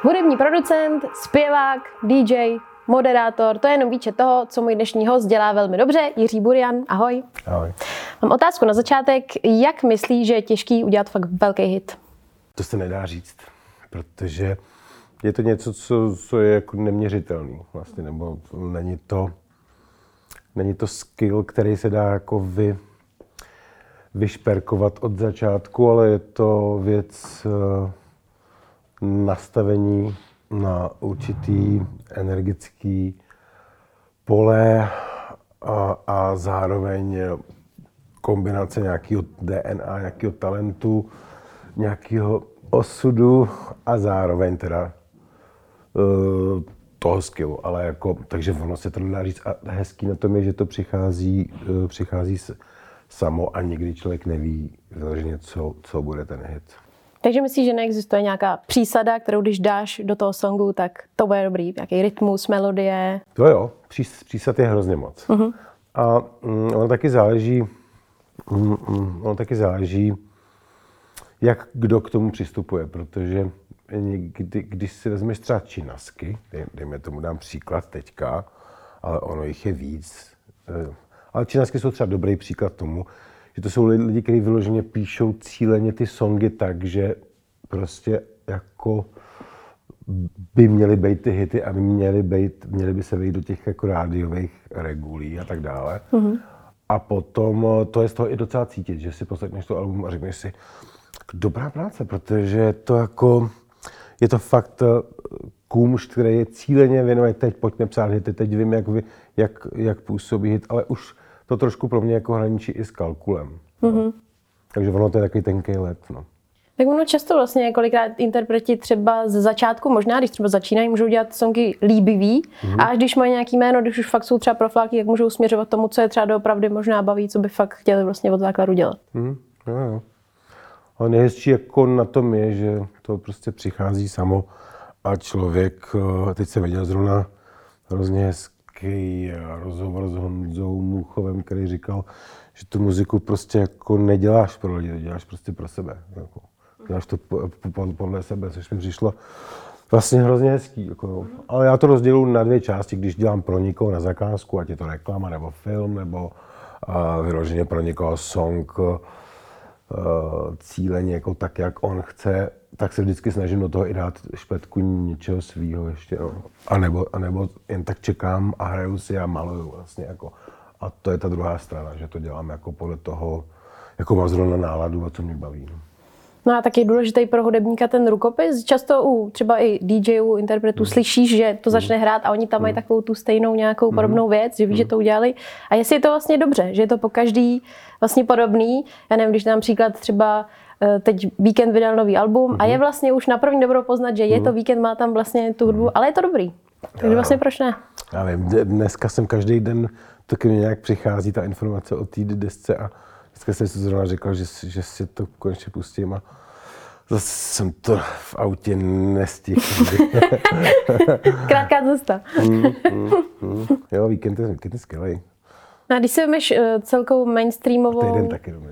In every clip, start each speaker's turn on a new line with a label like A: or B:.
A: Hudební producent, zpěvák, DJ, moderátor, to je jenom výčet toho, co můj dnešní host dělá velmi dobře. Jiří Burian, ahoj.
B: Ahoj.
A: Mám otázku na začátek. Jak myslíš, že je těžký udělat fakt velký hit?
B: To se nedá říct, protože je to něco, co je jako neměřitelný vlastně, nebo není to skill, který se dá jako vyšperkovat od začátku, ale je to věc nastavení na určitý energický pole a zároveň kombinace nějakého DNA, nějakého talentu, nějakého osudu a zároveň teda toho skillu, ale jako, takže ono se to nedá říct a hezký na tom je, že to přichází samo a nikdy člověk neví vyloženě, co bude ten hit.
A: Takže myslíš, že neexistuje nějaká přísada, kterou když dáš do toho songu, tak to bude dobrý, nějaký rytmus, melodie?
B: To jo, přísad je hrozně moc. Uh-huh. A ono taky záleží, jak kdo k tomu přistupuje, protože když si vezmeš třeba činasky, dejme tomu, dám příklad teďka, ale ono jich je víc, ale činasky jsou třeba dobrý příklad tomu, že to jsou lidi, kteří vyloženě píšou cíleně ty songy tak, že prostě jako by měly být ty hity a měly by se vejít do těch jako rádiových regulí a tak dále. Mm-hmm. A potom to je z toho i docela cítit, že si poslechneš to album a řekneš si, dobrá práce, protože to jako, je to fakt kůmšt, který je cíleně věnuje, teď pojďme psát hity, teď vím, jak působí hit, ale už to trošku pro mě jako hraničí i s kalkulem. Mm-hmm. No. Takže ono to je takový tenký led. No.
A: Tak ono často vlastně kolikrát interpreti třeba z začátku, možná když třeba začínají, můžou dělat songy líbivý a až když mají nějaký jméno, když už fakt jsou třeba profláky, jak můžou směřovat tomu, co je třeba doopravdy možná baví, co by fakt chtěli vlastně od základu dělat.
B: Jo. Ale nejhezčí jako na tom je, že to prostě přichází samo a člověk, teď jsem viděl zrovna hrozně hezký rozhovor s Honzou Muchovem, který říkal, že tu muziku prostě jako neděláš pro lidi, to děláš prostě pro sebe. Jako. Děláš to podle sebe, což mi přišlo vlastně hrozně hezký. Jako. Ale já to rozděluji na dvě části, když dělám pro někoho na zakázku, ať je to reklama nebo film, nebo vyloženě pro někoho song cíleně jako tak, jak on chce, tak se vždycky snažím do toho i dát špetku něčeho svýho ještě. No. A nebo jen tak čekám a hraju si a maluju vlastně jako. A to je ta druhá strana, že to dělám jako podle toho, jako mám zrovna náladu a co mě baví.
A: No a taky je důležitý pro hudebníka ten rukopis. Často u třeba i DJů, interpretů slyšíš, že to začne hrát a oni tam mají takovou tu stejnou nějakou podobnou věc, že ví, že to udělali. A jestli je to vlastně dobře, že je to po každý vlastně podobný. Já nevím, když dám příklad třeba teď Víkend vydal nový album a je vlastně už na první dobro poznat, že je to Víkend, má tam vlastně tu hudbu, ale je to dobrý. Takže vlastně proč ne?
B: Já vím, dneska jsem každý den, to ke mně nějak přichází ta informace o té desce a dneska jsem si zrovna říkal, že si to konečně pustím a zase jsem to v autě nestihl.
A: Krátká cesta.
B: Jo, víkend je skvělej.
A: A když si vemeš celkou mainstreamovou...
B: Týden taky dobrý.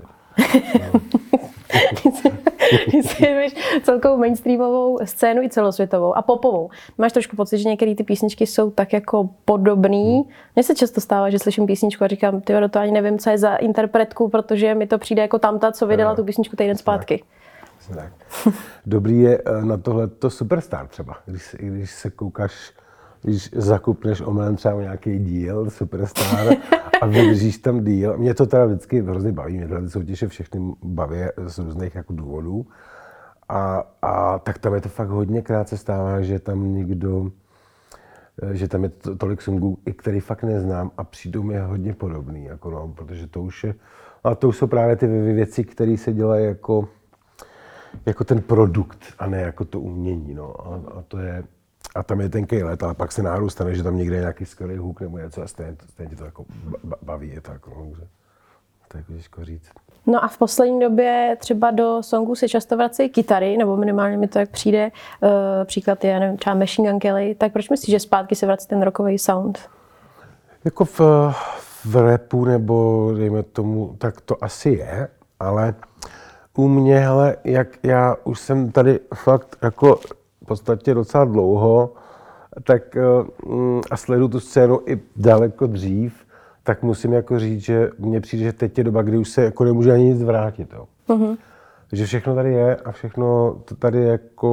A: Když si vemeš celkou mainstreamovou scénu i celosvětovou a popovou, máš trošku pocit, že některé ty písničky jsou tak jako podobný. Mně se často stává, že slyším písničku a říkám, tyjo, to ani nevím, co je za interpretku, protože mi to přijde jako tamta, co vydala tu písničku týden zpátky.
B: Tak. Dobrý je na tohleto Superstar třeba, když se koukáš, když zakupneš omylem třeba nějaký díl Superstar a vydržíš tam díl. Mě to teda vždycky hrozně baví, mě tyhle soutěže všechny baví z různých jako důvodů. A tak tam je to fakt hodněkrát se stává, že tam že tam je tolik songů, i který fakt neznám a přijdou mi hodně podobný, jako no, protože to už je, a to už jsou právě ty věci, které se dělají jako ten produkt a ne jako to umění, no. A tam je tenkej let, ale pak se náhodou stane, že tam někde je nějaký skvělý hook nebo něco a stejně tě to jako baví, je to jako, to je jako těžko říct.
A: No a v poslední době třeba do songů se často vracejí kytary, nebo minimálně mi to jak přijde. Příklad je, nevím, třeba Machine Gun Kelly. Tak proč myslíš, že zpátky se vrací ten rockový sound?
B: Jako v rapu nebo dejme tomu, tak to asi je, ale u mě, hele, jak já už jsem tady fakt jako podstatě docela dlouho, tak a sleduju tu scénu i daleko dřív, tak musím jako říct, že mně přijde, že teď je doba, kdy už se jako nemůže ani nic vrátit. Jo. Že všechno tady je a všechno to tady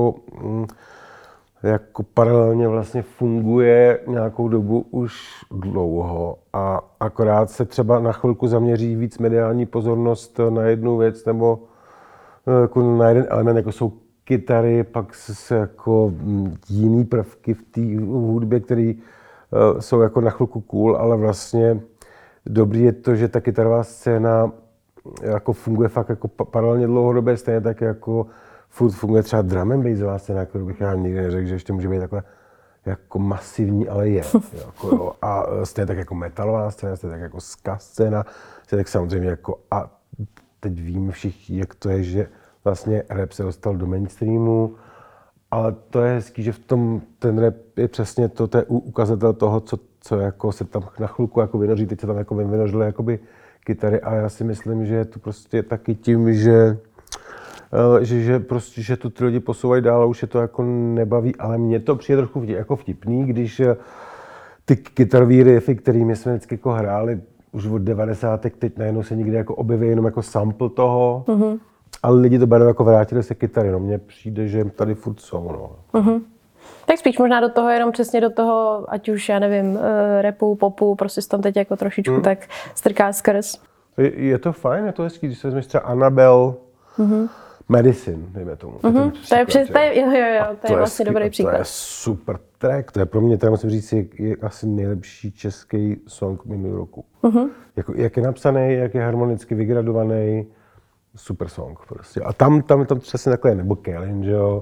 B: jako paralelně vlastně funguje nějakou dobu už dlouho a akorát se třeba na chvilku zaměří víc mediální pozornost na jednu věc nebo jako na jeden element, jako jsou kytary, pak se jako jiný prvky v té hudbě, které jsou jako na chvilku cool, ale vlastně dobrý je to, že ta kytarová scéna jako funguje fakt jako paralelně dlouhodobě, stejně tak jako furt funguje třeba drum and bassová scéna, kterou bych já nikdy neřekl, že ještě může být takhle jako masivní, ale je. Jako, jo. A stejně tak jako metalová scéna, stejně tak jako ska scéna, stejně tak samozřejmě jako a teď víme všichni, jak to je, že vlastně rap se dostal do mainstreamu, ale to je hezký, že v tom ten rap je přesně to je ukazatel toho, co jako se tam na chvilku jako vynoří, teď se tam jako vynořily jakoby kytary a já si myslím, že je to prostě taky tím, že prostě, že to ty lidi posouvají dál a už je to jako nebaví, ale mně to přijde trochu jako vtipný, když ty kytarový riffy, kterými jsme vždycky jako hráli už od 90. teď najednou se někde jako objeví jenom jako sample toho, ale lidi to berou jako vrátili se kytary, no mně přijde, že tady furt jsou, no.
A: Tak spíš možná do toho, jenom přesně do toho, ať už, já nevím, rapu, popu, prostě tam teď jako trošičku tak strká skrz.
B: Je to fajn, je to hezký, když se vezmeš třeba Annabelle, Medicine, dejme tomu.
A: To je vlastně dobrý příklad.
B: To je super track, to je pro mě, teda musím říct, je asi nejlepší český song minulý roku. Jako, jak je napsaný, jak je harmonicky vygradovaný, super song prostě. A tam přesně takhle je, nebo Kellen, že jo,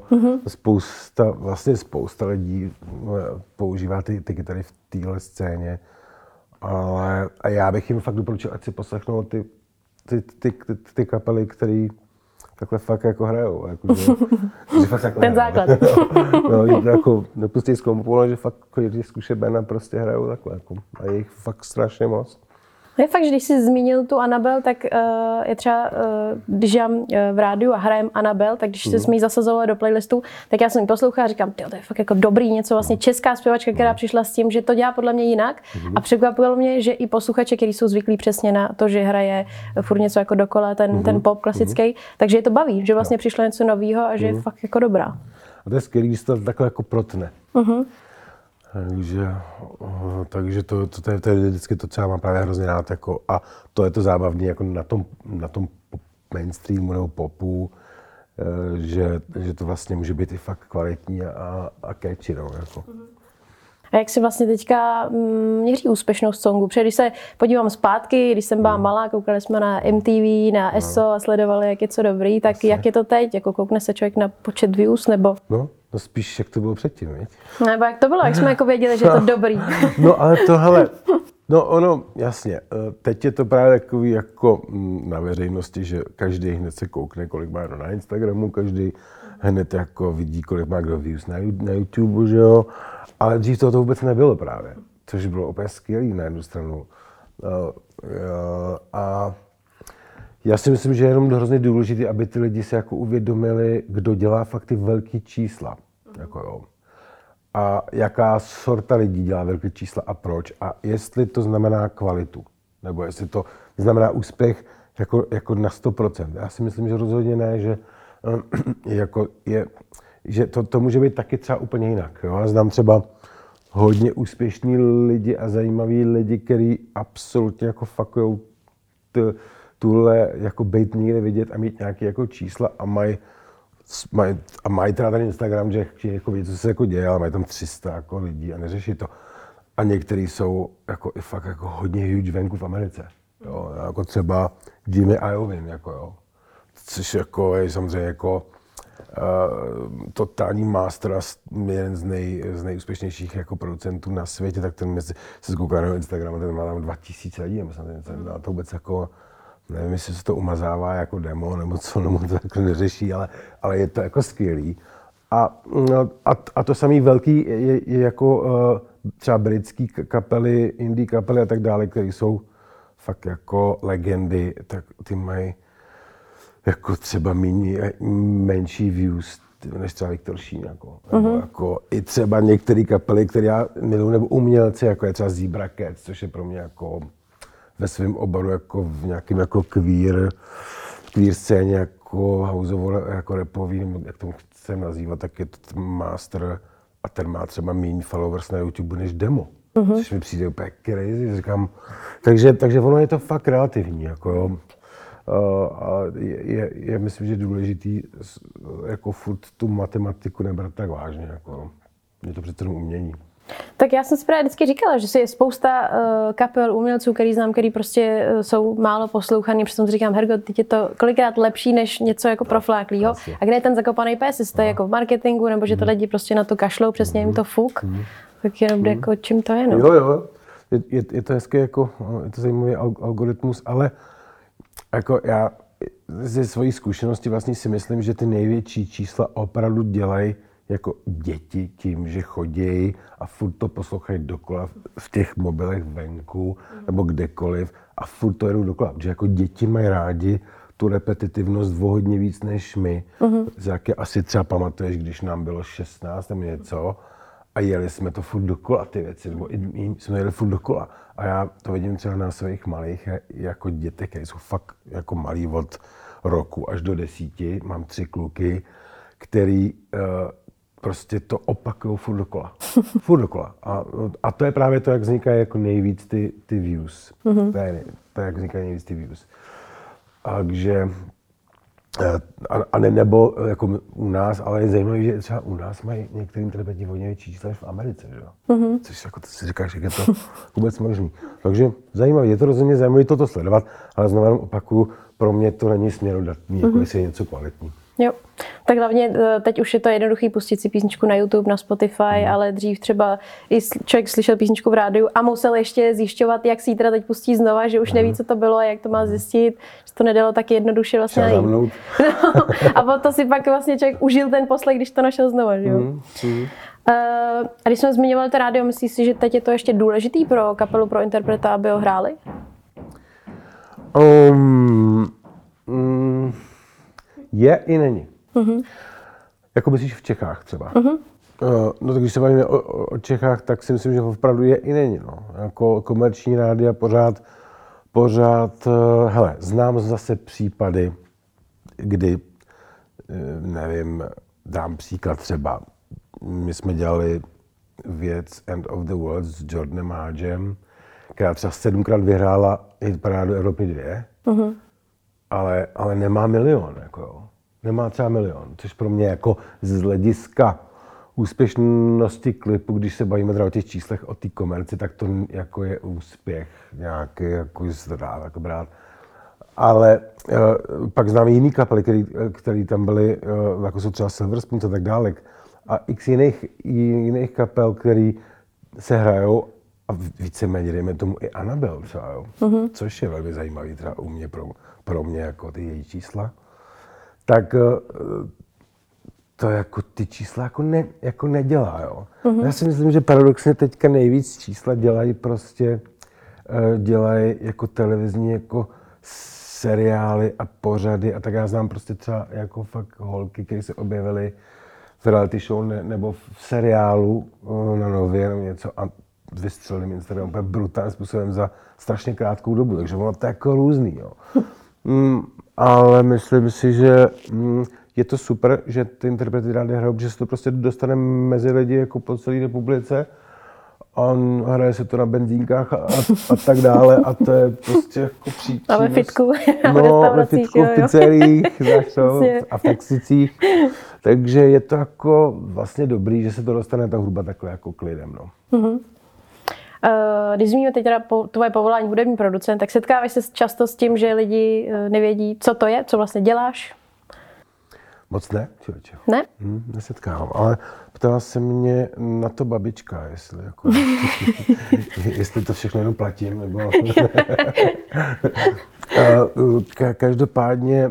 B: spousta lidí používá ty kytary v téhle scéně, ale a já bych jim fakt doporučil, ať si poslechnou ty kapely, který takhle fakt jako hrajou. Jako, že fakt takhle
A: ten základ.
B: No, jako nepustí z kompu, ale že fakt když zkuše Ben a prostě hrajou takhle. Jako, a je jich fakt strašně moc.
A: Je fakt, že když jsi zmínil tu Annabelle, tak je třeba, když já v rádiu a hrajem Annabelle, tak když se jsme ji zasazovali do playlistu, tak já jsem ji poslouchala a říkám, to je fakt jako dobrý, něco vlastně česká zpěvačka, která přišla s tím, že to dělá podle mě jinak. A překvapilo mě, že i posluchači, kteří jsou zvyklí přesně na to, že hraje furt něco jako dokola, ten pop klasický, takže je to baví, že vlastně přišlo něco nového a že je fakt jako dobrá.
B: A to je skvělý, když to takhle jako protne. Takže to je vždycky to, co já mám právě hrozně rád. Jako, a to je to zábavné jako na tom mainstreamu nebo popu, že to vlastně může být i fakt kvalitní a catchy. No, jako.
A: A jak si vlastně teďka měří úspěšnost songu? Protože když se podívám zpátky, když jsem byla malá, koukali jsme na MTV, na ESO a sledovali, jak je co dobrý, tak jak je to teď? Jako koukne se člověk na počet views, nebo?
B: No spíš, jak to bylo předtím, viď?
A: Nebo jak to bylo, jak jsme jako věděli, že je to dobrý?
B: No ale to, hele, jasně, teď je to právě takový jako na veřejnosti, že každý hned se koukne, kolik má na Instagramu, každý hned jako vidí, kolik má kdo views na YouTube, že jo? Ale dřív to vůbec nebylo právě, což bylo úplně skvělý na jednu stranu. A já si myslím, že je jenom hrozně důležité, aby ty lidi se jako uvědomili, kdo dělá fakt ty velký čísla. Jako jo. A jaká sorta lidí dělá velké čísla a proč. A jestli to znamená kvalitu, nebo jestli to znamená úspěch jako na 100%. Já si myslím, že rozhodně ne, že to může být taky třeba úplně jinak. Jo? Já znám třeba hodně úspěšní lidi a zajímaví lidi, kteří absolutně jako fakujou tuhle jako bejt někde vidět a mít nějaké jako čísla a mají teda ten Instagram, že jako ví, co se jako děje, ale mají tam 300 jako lidí a neřeší to. A některý jsou jako i fakt jako hodně huge venku v Americe. Jo? Jako třeba Jimmy Iovine, jako jo. Což jako je samozřejmě jako totální master a jeden z nejúspěšnějších jako producentů na světě, tak ten se zkouká na Instagramu, ten má tam 2000 lidí, a to vůbec jako, nevím, jestli se to umazává jako demo, nebo co, nebo to jako neřeší, ale je to jako skvělý. A to samý velký je jako třeba britský kapely, indie kapely a tak dále, které jsou fakt jako legendy, tak ty mají jako třeba menší views, než třeba Viktor Šín, jako, nebo jako i třeba některé kapely, které já miluji, nebo umělci, jako je třeba Zebra Cats, což je pro mě jako ve svém oboru jako v nějakém jako queer scéně, jako houseovo, jako rapový, nebo jak to chcem nazývat, tak je to master a ten má třeba méně followers na YouTube než Demo. Což mi přijde úplně crazy, říkám. Takže ono je to fakt relativní, jako jo. A je myslím, že důležitý jako furt tu matematiku nebrat tak vážně, jako je to přece umění.
A: Tak já jsem si právě vždycky říkala, že si je spousta kapel, umělců, který znám, který prostě jsou málo poslouchaný, protože si říkám, hergo, teď je to kolikrát lepší než něco jako profláklýho. A kde je ten zakopaný pes, jestli to je jako v marketingu, nebo že to lidi prostě na to kašlou, přesně jim to fuk, tak jenom jako čím to je, no.
B: Jo. Je to hezké, jako, je to zajímavý algoritmus, ale jako já ze svojí zkušenosti vlastně si myslím, že ty největší čísla opravdu dělají jako děti tím, že chodí a furt to poslouchají dokola v těch mobilech venku nebo kdekoliv a furt to jedou dokola, protože jako děti mají rádi tu repetitivnost o hodně víc než my. Jaké asi třeba pamatuješ, když nám bylo 16 nebo něco a jeli jsme to furt dokola ty věci, nebo i jsme jeli furt dokola. A já to vidím třeba na svých malých jako dětech, které jsou fakt jako malí od roku až do 10. Mám 3 kluky, který prostě to opakují furt dokola. Furt dokola. A to je právě to, jak vznikají jako nejvíc ty views. To je, jak vznikají nejvíc ty views. Takže nebo jako u nás, ale je zajímavé, že třeba u nás mají některý interpreti hodně větší čísla než v Americe, že jo? Což jako to si říkáš, jak je to vůbec možný. Takže zajímavé, je to rozhodně zajímavé toto sledovat, ale znovu jenom opakuju, pro mě to není směrodatný, jako jestli je něco kvalitní.
A: Jo, tak hlavně teď už je to jednoduchý pustit si písničku na YouTube, na Spotify, ale dřív třeba i člověk slyšel písničku v rádiu a musel ještě zjišťovat, jak si ji teda teď pustí znova, že už neví, co to bylo a jak to má zjistit, že to nedalo tak jednoduše vlastně najít. No, a potom si pak vlastně člověk užil ten poslech, když to našel znova, že jo. A když jsme zmiňovali to rádio, myslíš si, že teď je to ještě důležitý pro kapelu, pro interpreta, aby ho hráli?
B: Je i není. Jako myslíš v Čechách třeba. No tak když se bavíme o Čechách, tak si myslím, že opravdu je i není. No. Jako komerční rádia pořád, hele, znám zase případy, kdy, nevím, dám příklad třeba, my jsme dělali věc End of the World s Jordanem Hodgem, která třeba 7krát vyhrála hitparádu Evropy 2, ale nemá milion, jako jo. Nemá třeba milion, což pro mě jako z hlediska úspěšnosti klipu, když se bavíme teda o těch číslech o té komerci, tak to jako je úspěch nějaký, jako se dá jako brát. Ale pak znám jiný kapely, který tam byly, jako jsou třeba Silver Spoons a tak dále. A x jiných kapel, který se hrajou a víceméně dejme tomu i Anabel třeba, jo. Což je velmi zajímavý třeba u mě, pro mě jako ty její čísla. Tak to jako ty čísla jako nedělá, jo. Já si myslím, že paradoxně teďka nejvíc čísla dělají jako televizní jako seriály a pořady a tak já znám prostě třeba jako fakt holky, které se objevily v reality show nebo v seriálu na Nově nebo něco a vystřelili Instagram úplně brutálním způsobem za strašně krátkou dobu, takže ono to je jako různý, jo. Ale myslím si, že je to super, že ty interprety rádi hrajou, že se to prostě dostane mezi lidi jako po celé republice. On hraje se to na benzínkách a tak dále a to je prostě jako přínos.
A: A ve fitku,
B: ve fitku, v pizzeriích, a v taxicích. Takže je to jako vlastně dobrý, že se to dostane ta hudba takhle jako k lidem, no.
A: Když zmíníme teď teda tvoje povolání hudební producent, tak setkáváš se často s tím, že lidi nevědí, co to je, co vlastně děláš?
B: Moc ne, člověče.
A: Ne?
B: Nesetkávám, ale ptala se mě na to babička, jestli to všechno jenom platím, nebo... Každopádně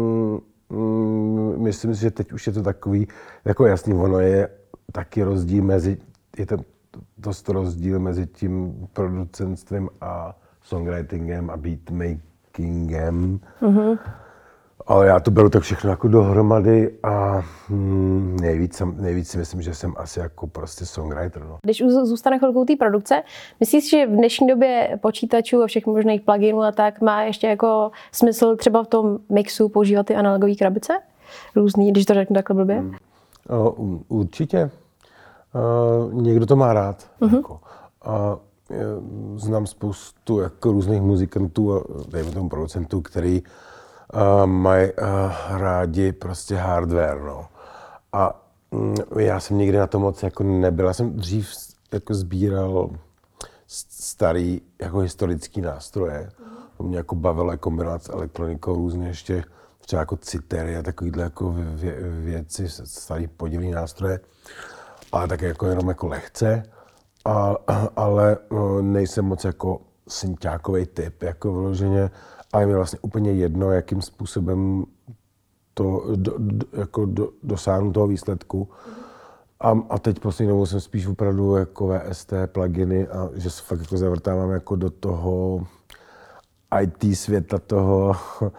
B: myslím si, že teď už je to takový, jako jasný, ono je taky rozdíl je to dost rozdíl mezi tím producentstvím a songwritingem a beatmakingem. Ale já to beru tak všechno jako dohromady a nejvíc si myslím, že jsem asi jako prostě songwriter. No.
A: Když zůstane chvilkou té produkce, myslíš, že v dnešní době počítačů a všech možných pluginů a tak má ještě jako smysl třeba v tom mixu používat ty analogové krabice? Různý, když to řeknu takhle blbě?
B: Určitě. Někdo to má rád. Jako. A znám spoustu jako různých muzikantů a dejme tomu producentů, který mají rádi prostě hardware. No. A já jsem nikdy na to moc jako nebyl. Já jsem dřív jako sbíral starý jako historický nástroje. To mě jako bavilo kombinovat s elektronikou různě ještě třeba jako citery a takovýhle jako věci, starý podivný nástroje. Ale tak jako jenom jako lehce. Ale nejsem moc jako synťákovej typ, jako vyloženě. A je mi vlastně úplně jedno, jakým způsobem to dosáhnu toho výsledku. A teď poslední dobou jsem spíš opravdu jako VST pluginy a že se fakt jako zavrtávám jako do toho IT světa toho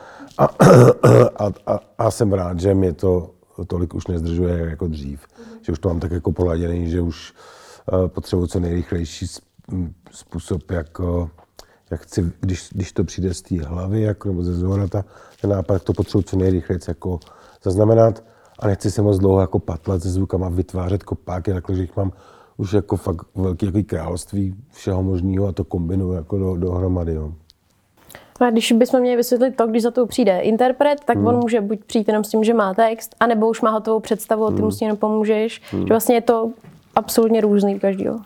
B: a jsem rád, že mě to tolik už nezdržuje jako dřív. Že už to mám tak jako poladěný, že už potřebuji co nejrychlejší způsob, jak chci, když to přijde z té hlavy, jako, nebo ze zhora, ten nápad, to potřebuji co nejrychleji jako zaznamenat a nechci se moc dlouho jako patlat se zvukama, vytvářet kopáky, takhle, že jich mám už jako fakt velký jako království všeho možného a to kombinuju jako dohromady. No.
A: A když bychom měli vysvětlit to, když za to přijde interpret, tak on může buď přijít jenom s tím, že má text, anebo už má hotovou představu a ty mu s tím pomůžeš. Že vlastně je to absolutně různý u každého.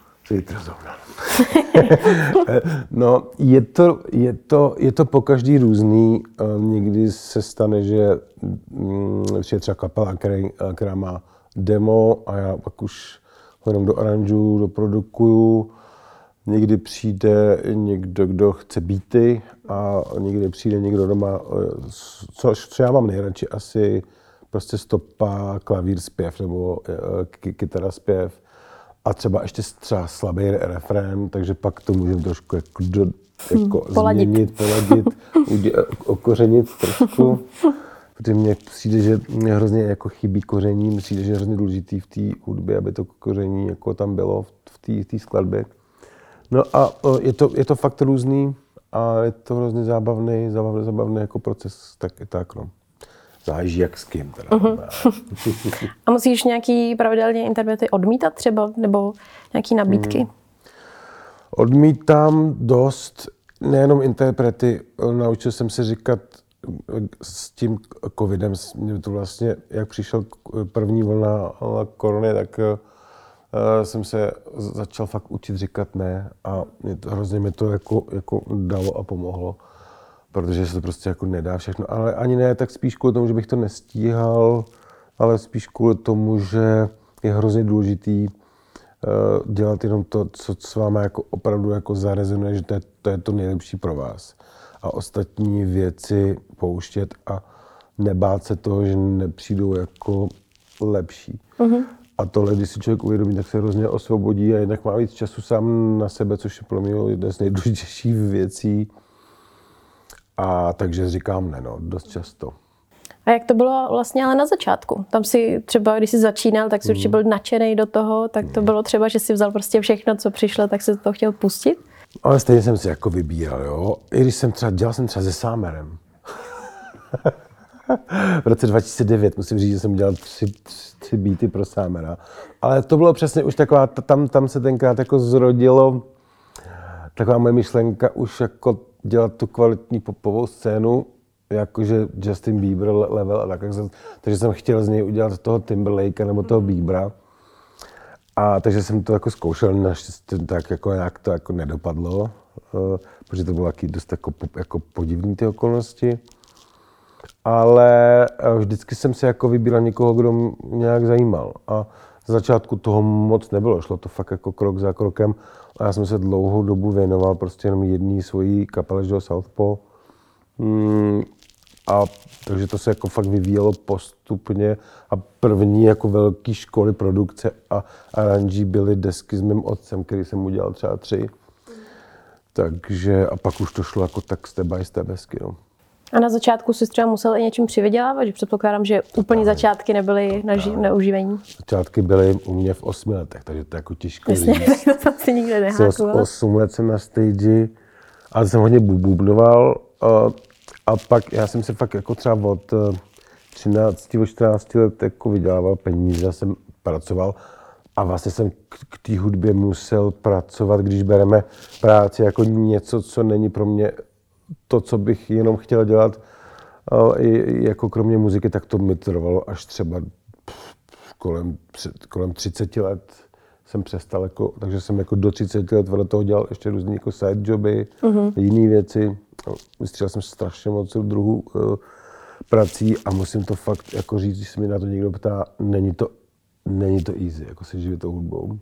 B: No, je to po každý různý. Někdy se stane, že je třeba kapela, která má demo a já pak už ho jenom doaranžuju, doprodukuju. Někdy přijde někdo, kdo chce beaty a někdy přijde někdo doma, co já mám nejradši asi prostě stopa, klavír zpěv nebo kytara zpěv. A třeba ještě slabý refrén, takže pak to můžeme trošku změnit, poladit, okořenit trošku. Protože mně přijde, že mě hrozně jako chybí koření, mně přijde, že je hrozně důležitý v té hudbě, aby to koření jako tam bylo v té skladbě. No a je to fakt různý a je to hrozně zábavný jako proces, tak no. Záleží jak s kým teda.
A: A musíš nějaký pravidelně interprety odmítat třeba, nebo nějaký nabídky?
B: Odmítám dost, nejenom interprety, naučil jsem se říkat s tím covidem, to vlastně, jak přišel první vlna korony, tak jsem se začal fakt učit říkat ne a hrozně mi to jako dalo a pomohlo. Protože se to prostě jako nedá všechno, ale ani ne tak spíš kvůli tomu, že bych to nestíhal, ale spíš kvůli tomu, že je hrozně důležitý dělat jenom to, co s váma jako opravdu jako zarezonuje, že to je to nejlepší pro vás. A ostatní věci pouštět a nebát se toho, že nepřijdou jako lepší. A tohle, když si člověk uvědomí, tak se hrozně osvobodí a jednak má víc času sám na sebe, což je pro mě jedna z nejdůležitějších věcí. A takže říkám ne, no, dost často.
A: A jak to bylo vlastně ale na začátku? Tam si třeba, když jsi začínal, tak jsi určitě byl nadšenej do toho, tak to bylo třeba, že jsi vzal prostě všechno, co přišlo, tak jsi to chtěl pustit?
B: Ale stejně jsem si jako vybíral, jo. I když dělal jsem třeba se Sámerem. V roce 2009 musím říct, že jsem dělal tři beaty pro Sámera. Ale to bylo přesně už taková, tam se tenkrát jako zrodilo taková moje myšlenka už jako dělat tu kvalitní popovou scénu, jakože Justin Bieber level a tak. Takže jsem chtěl z něj udělat toho Timberlakea nebo toho Biebera. A takže jsem to jako zkoušel, naštěstí tak jako nějak to jako nedopadlo, protože to bylo taky dost jako podivný ty okolnosti. Ale vždycky jsem se jako vybíral někoho, kdo mě nějak zajímal. A z začátku toho moc nebylo, šlo to fakt jako krok za krokem. A já jsem se dlouhou dobu věnoval prostě jenom jedné svojí kapele, že Southpaw. A takže to se jako fakt vyvíjelo postupně a první jako velké školy produkce a aranží byly desky s mým otcem, který jsem udělal třeba 3. Takže a pak už to šlo jako tak step by step hezky, no.
A: A na začátku jsi třeba musel i něčím přivydělávat, že předpokládám, že úplně začátky nebyly na uživení.
B: Začátky byly u mě v 8 letech, takže to je jako těžko
A: Jasně,
B: říct.
A: tak to asi nikde neháklo.
B: 8 let jsem na stage, ale jsem hodně bubnoval a pak já jsem si fakt jako třeba od 13, 14 let jako vydělával peníze, jsem pracoval a vlastně jsem k té hudbě musel pracovat, když bereme práci jako něco, co není pro mě to, co bych jenom chtěl dělat, jako kromě muziky, tak to mi trvalo až třeba kolem 30 let jsem přestal, jako, takže jsem jako do 30 let vedle toho dělal ještě různý jako side joby, jiné věci. Vystřílel jsem strašně moc druhů prací a musím to fakt jako říct, když se mi na to někdo ptá, není to easy, jako se živit tou hudbou.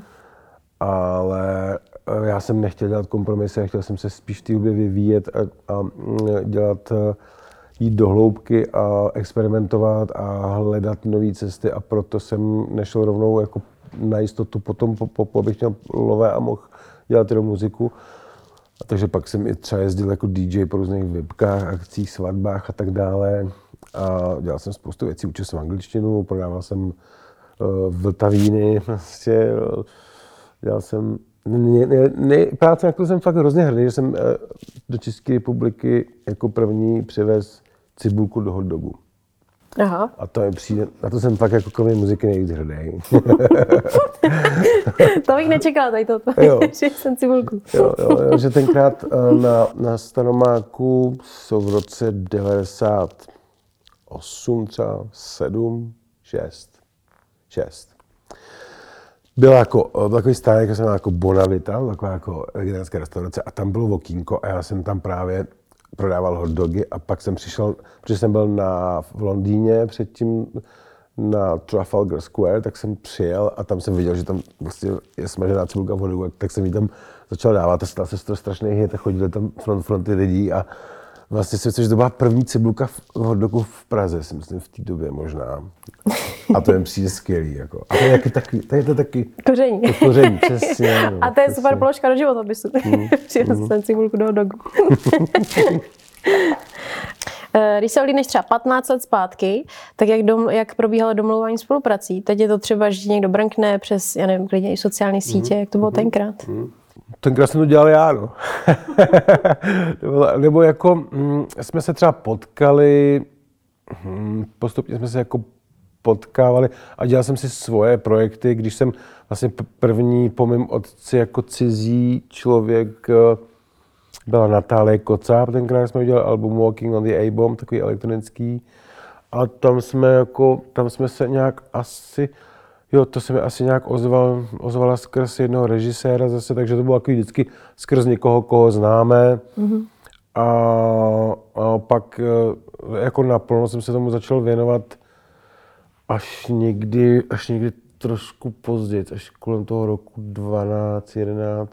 B: Ale já jsem nechtěl dělat kompromisy, chtěl jsem se spíš v té hudbě vyvíjet a dělat, jít do hloubky a experimentovat a hledat nové cesty a proto jsem nešel rovnou jako na jistotu potom abych měl lové a mohl dělat jenom muziku. A takže pak jsem i třeba jezdil jako DJ po různých vipkách, akcích, svatbách a tak dále. A dělal jsem spoustu věcí, učil jsem angličtinu, prodával jsem vltavíny, prostě dělal jsem práce, na kterou jsem fakt hrozně hrdý, že jsem do České republiky jako první přivez cibulku do hot dogu.
A: Aha.
B: A to mi přijde, na to jsem fakt jako kromě muziky nejvíc hrdý.
A: To bych nečekala tady toto, že jsem cibulku.
B: Jo, že tenkrát na Staromáku jsou v roce 98 třeba 7, 6. Byl takový stánek, jako jsem měl jako Bonavita, taková jako vegetariánská restaurace a tam bylo okýnko a já jsem tam právě prodával hot dogy a pak jsem přišel, protože jsem byl v Londýně předtím na Trafalgar Square, tak jsem přijel a tam jsem viděl, že tam vlastně je smažená cibulka v hot dogu, tak jsem ji tam začal dávat a stal se to strašný hit a chodili tam fronty lidí a vlastně si myslím, že to byla první cibulka v hot dogu v Praze, si myslím, v té době možná. A to jim přijde skvělý. Jako. A to je taky
A: koření.
B: Koření, přesně.
A: A to je super položka do životopisu. Přijel jsem cibulku do hot dogu. Když se odlídneš třeba 15 let zpátky, tak jak probíhalo domlouvání spoluprací? Teď je to třeba, že někdo brnkne přes, já nevím, klidně i sociální sítě, jak to bylo tenkrát?
B: Tenkrát jsem to dělal já, no. Nebo jako jsme se třeba potkali, postupně jsme se jako potkávali a dělal jsem si svoje projekty, když jsem vlastně první po mém otci jako cizí člověk byla Natálie Kocáb, tenkrát jsme udělali album Walking on the A-Bomb, takový elektronický. A tam jsme se nějak asi, to se mi asi nějak ozvala skrz jednoho režiséra zase, takže to bylo takový vždycky skrz někoho, koho známe. A pak jako naplno jsem se tomu začal věnovat až někdy trošku později, až kolem toho roku 12, 11,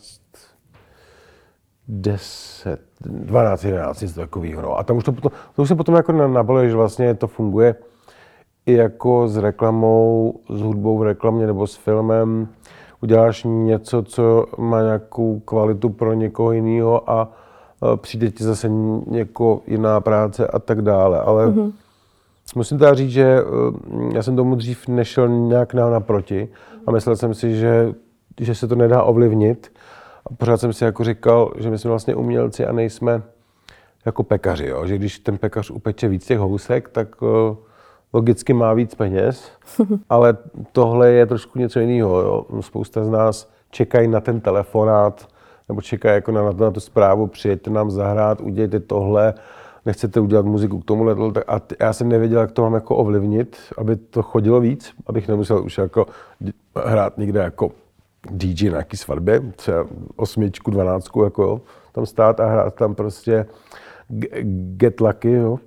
B: 10, 12, 11, něco takového. No. A tam už se potom jako nabaluje, že vlastně to funguje i jako s reklamou, s hudbou v reklamě nebo s filmem. Uděláš něco, co má nějakou kvalitu pro někoho jiného a přijde ti zase jiná práce a tak dále. Ale musím teda říct, že já jsem tomu dřív nešel nějak naproti a myslel jsem si, že se to nedá ovlivnit. A pořád jsem si jako říkal, že my jsme vlastně umělci a nejsme jako pekaři, jo? Že když ten pekař upeče víc těch housek, tak logicky má víc peněz, ale tohle je trošku něco jiného. Jo? Spousta z nás čekají na ten telefonát, nebo čekají jako na tu zprávu, přijeďte nám zahrát, udělejte tohle, nechcete udělat muziku k tomuhle. A já jsem nevěděl, jak to mám jako ovlivnit, aby to chodilo víc, abych nemusel už jako hrát někde jako DJ na nějaký svatbě, třeba 8, 12, jako jo, tam stát a hrát tam prostě Get Lucky, jo.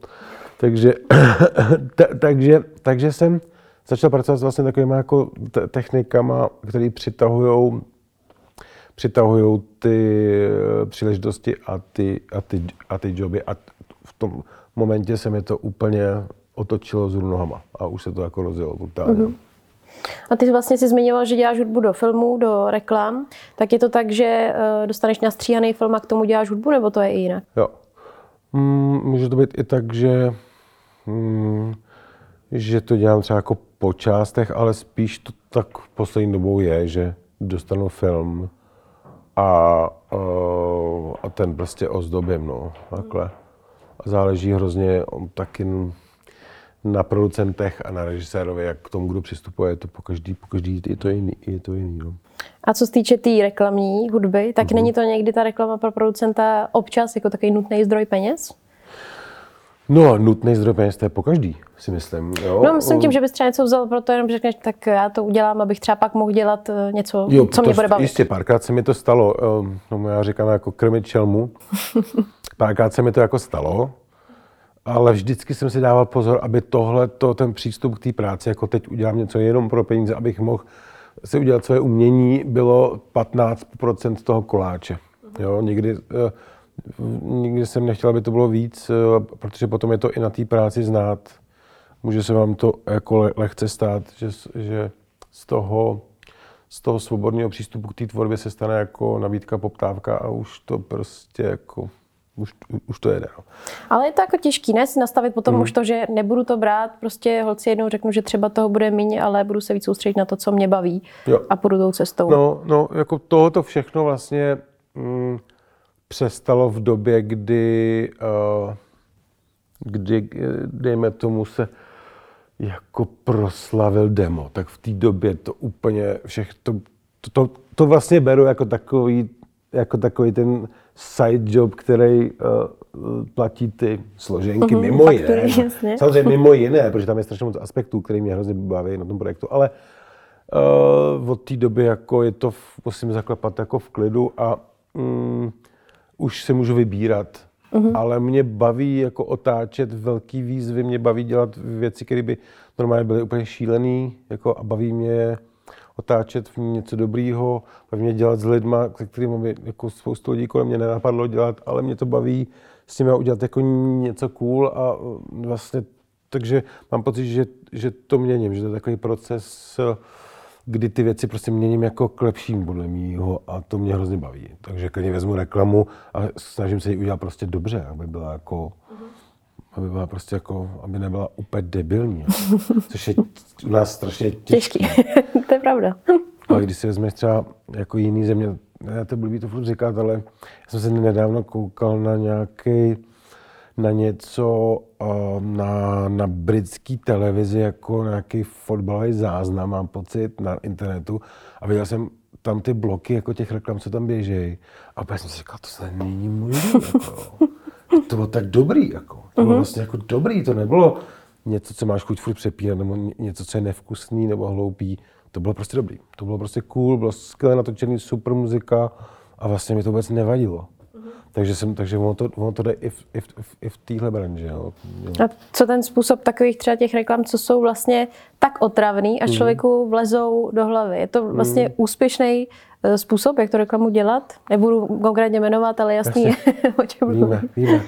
B: Takže jsem začal pracovat s vlastně takovými jako technikama, které přitahujou ty příležitosti a ty joby a v tom momentě se mi to úplně otočilo vzhůru nohama a už se to jako rozjelo brutálně.
A: A ty vlastně si zmiňoval, že děláš hudbu do filmů, do reklam, tak je to tak, že dostaneš nastříhaný film a k tomu děláš hudbu, nebo to je i jinak?
B: Jo. Může to být i tak, že to dělám třeba jako po částech, ale spíš to tak poslední dobou je, že dostanu film a ten prostě ozdobím, no, takhle. A záleží hrozně taky na producentech a na režisérovi, jak k tomu, kdo přistupuje, to po každý je to jiný, no.
A: A co se týče té reklamní hudby, tak není to někdy ta reklama pro producenta občas jako takový nutný zdroj peněz?
B: No, nutný zdroj peněz, to je po každý, si myslím. Jo?
A: No, myslím tím, že bys třeba něco vzal, proto jenom řekneš, tak já to udělám, abych třeba pak mohl dělat něco, co mě bude bavit.
B: Jistě, párkrát se mi to stalo, no já říkám jako krmit šelmu, párkrát se mi to jako stalo, ale vždycky jsem si dával pozor, aby ten přístup k té práci, jako teď udělám něco jenom pro peníze, abych mohl si udělat svoje umění, bylo 15% toho koláče. Jo, nikdy jsem nechtěl, aby to bylo víc, protože potom je to i na té práci znát. Může se vám to jako lehce stát, že z toho svobodného přístupu k té tvorbě se stane jako nabídka, poptávka a už to prostě jako, už to jede. No.
A: Ale je to jako těžký, ne? Si nastavit potom už to, že nebudu to brát, prostě holci jednou řeknu, že třeba toho bude méně, ale budu se víc soustředit na to, co mě baví a půjdu tou cestou.
B: No, jako tohoto všechno vlastně přestalo v době, kdy dejme tomu se jako proslavil demo, tak v té době to úplně to vlastně beru jako takový ten side job, který platí ty složenky mimo jiné. Samozřejmě mimo jiné, protože tam je strašně moc aspektů, který mě hrozně baví na tom projektu, ale od té doby jako je to, musím zaklepat jako v klidu a už se můžu vybírat. Ale mě baví jako otáčet velký výzvy, mě baví dělat věci, které by normálně byly úplně šílený, jako a baví mě otáčet v něco dobrýho, baví mě dělat s lidma, se kterými by jako spoustu lidí kolem mě nenapadlo dělat, ale mě to baví s nimi udělat jako něco cool a vlastně, takže mám pocit, že to měním, že to je takový proces, kdy ty věci prostě měním jako k lepšímu podle mýho a to mě hrozně baví. Takže klidně vezmu reklamu a snažím se ji udělat prostě dobře, aby byla jako, aby nebyla úplně debilní. Což je u nás strašně těžký.
A: To je pravda.
B: Ale když si vezmeš třeba jako jiný země, já to blbý to furt říkat, ale já jsem se nedávno koukal na něco na britský televizi, jako nějaký fotbalový záznam, mám pocit, na internetu a viděl jsem tam ty bloky jako těch reklam, co tam běžejí. A opět jsem si říkal, to se není možný, jako. To bylo tak dobrý, jako. To bylo vlastně jako dobrý, to nebylo něco, co máš chuť furt přepírat, nebo něco, co je nevkusný nebo hloupý. To bylo prostě dobrý. To bylo prostě cool, bylo skvěle natočený, super muzika a vlastně mi to vůbec nevadilo. Takže ono to jde i v téhle branži. Jo.
A: A co ten způsob takových třeba těch reklam, co jsou vlastně tak otravný a člověku vlezou do hlavy? Je to vlastně úspěšný způsob, jak to reklamu dělat? Nebudu konkrétně jmenovat, ale jasný je, o čem
B: víme.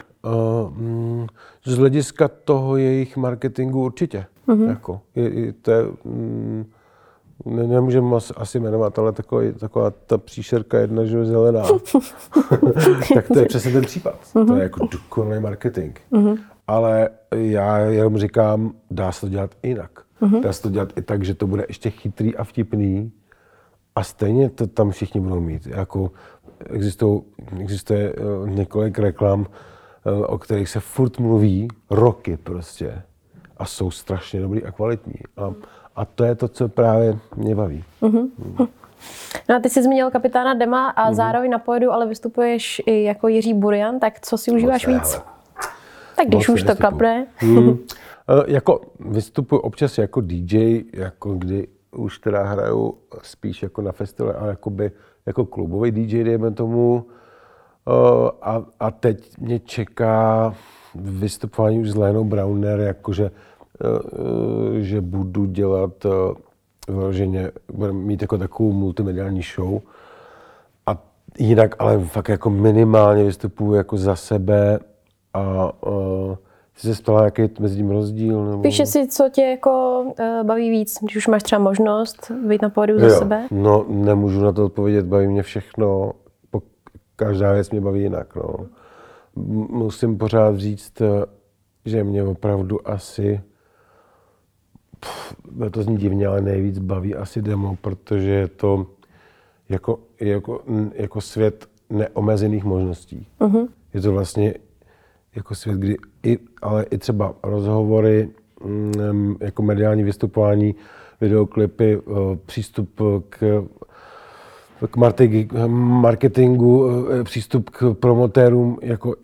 B: Z hlediska toho jejich marketingu určitě. Jako, to je, nemůžeme asi jmenovat, ale taková ta příšerka jedna, že je zelená. Tak to je přesně ten případ. To je jako dokonalý marketing. Ale já jenom říkám, dá se to dělat jinak. Dá se to dělat i tak, že to bude ještě chytrý a vtipný. A stejně to tam všichni budou mít. Jako existuje několik reklam, o kterých se furt mluví roky prostě. A jsou strašně dobrý a kvalitní. A to je to, co právě mě baví.
A: No a ty jsi zmínil Kapitána Dema a zároveň na Pojedu, ale vystupuješ i jako Jiří Burian, tak co si užíváš víc? Tak když už to klapne.
B: Jako vystupuji občas jako DJ, jako kdy už teda hraju spíš jako na festivale, ale jako klubový DJ, dejme tomu. A teď mě čeká vystupování už s Lénou Brauner, jakože že budu dělat vyloženě, budu mít jako takovou multimediální show. A jinak, ale fakt jako minimálně vystupuji jako za sebe a jsi se stala nějaký mezi tím rozdíl? Nebo...
A: Píše si, co tě jako baví víc, když už máš třeba možnost být na pódiu za sebe?
B: No, nemůžu na to odpovědět, baví mě všechno, každá věc mě baví jinak, no. musím pořád říct, že mě opravdu asi, to zní divně, ale nejvíc baví asi demo, protože je to jako svět neomezených možností. Je to vlastně jako svět, kdy ale i třeba rozhovory, jako mediální vystupování, videoklipy, přístup k marketingu, přístup k promotérům,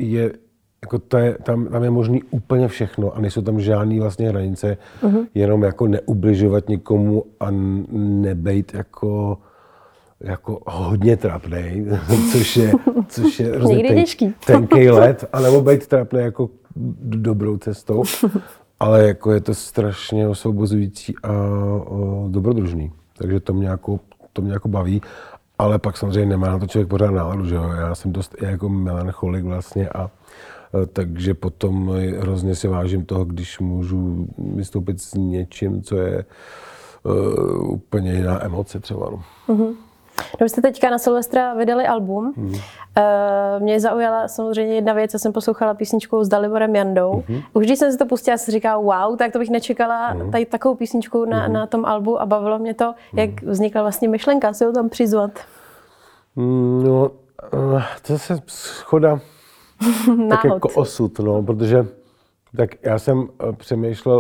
B: tam je možný úplně všechno a nejsou tam žádný vlastně hranice, jenom jako neubližovat nikomu a nebejt jako hodně trapnej, což je hrozně tenkej led, anebo být trapnej jako dobrou cestou, ale jako je to strašně osvobozující a dobrodružný, takže to mě jako baví, ale pak samozřejmě nemá na to člověk pořád náladu, že jo, já jsem dost jako melancholik vlastně a takže potom hrozně si vážím toho, když můžu vystoupit s něčím, co je úplně jiná emoce třeba. No.
A: No, vy jste teďka na Silvestra vydali album. Mě zaujala samozřejmě jedna věc, já jsem poslouchala písničku s Daliborem Jandou. Už když jsem si to pustila, jsem říkala wow, tak to bych nečekala tady takovou písničku na tom albu a bavilo mě to, jak vznikla vlastně myšlenka si ho tam přizvat.
B: No, to se shoda tak jako osud, no, protože tak já jsem přemýšlel,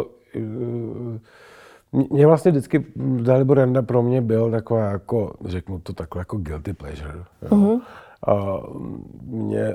B: mě vlastně vždycky Dalibor Janda pro mě byl taková jako, řeknu to takhle jako guilty pleasure. Jo. A mě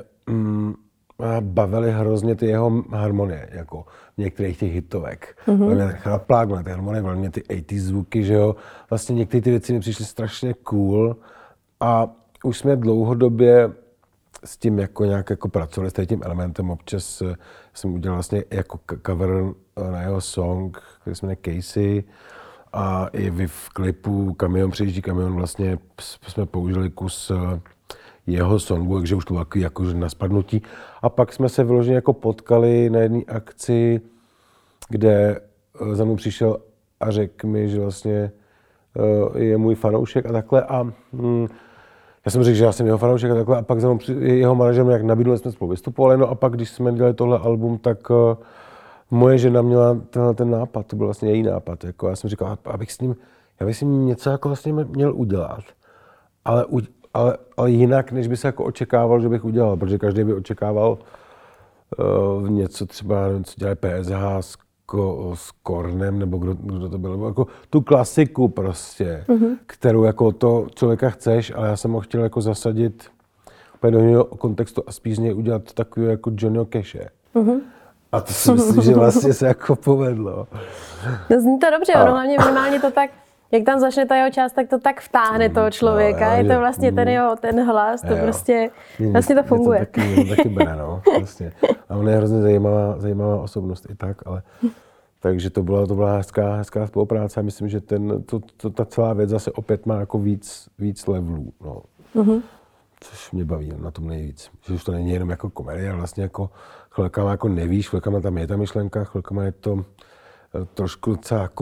B: bavily hrozně ty jeho harmonie, jako některých těch hitovek. Mě chlaplákne ty harmonie, mě ty 80s zvuky, že jo. Vlastně některé ty věci mi přišly strašně cool a už jsme dlouhodobě s tím jako nějak jako pracovali s tím elementem. Občas jsem udělal vlastně jako cover na jeho song, který se jmenuje Casey. A i v klipu Přijíždí kamion vlastně jsme použili kus jeho songu, takže už to bylo jako na spadnutí. A pak jsme se vyloženě jako potkali na jedné akci, kde za mnou přišel a řekl mi, že vlastně je můj fanoušek a takhle. A já jsem řekl, že já jsem jeho fanoušek a takhle, a pak za mnou jeho manažer jak nabídl, jsme spolu vystupovali, no a pak, když jsme dělali tohle album, tak moje žena měla ten nápad, to byl vlastně její nápad, jako já jsem říkal, já bych s ním něco jako vlastně měl udělat, ale jinak, než by se jako očekával, že bych udělal, protože každý by očekával něco třeba, nevím, co dělají PSH s Kornem, nebo kdo to byl, nebo jako tu klasiku prostě, kterou jako to člověka chceš, ale já jsem ho chtěl jako zasadit úplně do jiného kontextu a spíš z něj udělat takový jako Johnnyho Cashe. A to si myslím, že vlastně se jako povedlo.
A: No zní to dobře, ono hlavně minimálně to tak, jak tam začne ta jeho část, tak to tak vtáhne toho člověka, je to vlastně ten hlas, to prostě, vlastně to funguje.
B: To taky bere, no, vlastně. A on je hrozně zajímavá osobnost i tak, ale takže to byla hezká spolupráce a myslím, že ta celá věc zase opět má jako víc levelů, no. Což mě baví na tom nejvíc. Že už to není jenom jako komedie, ale vlastně jako chvilkama jako nevíš, chvilkama tam je ta myšlenka, chvilkama je to trošku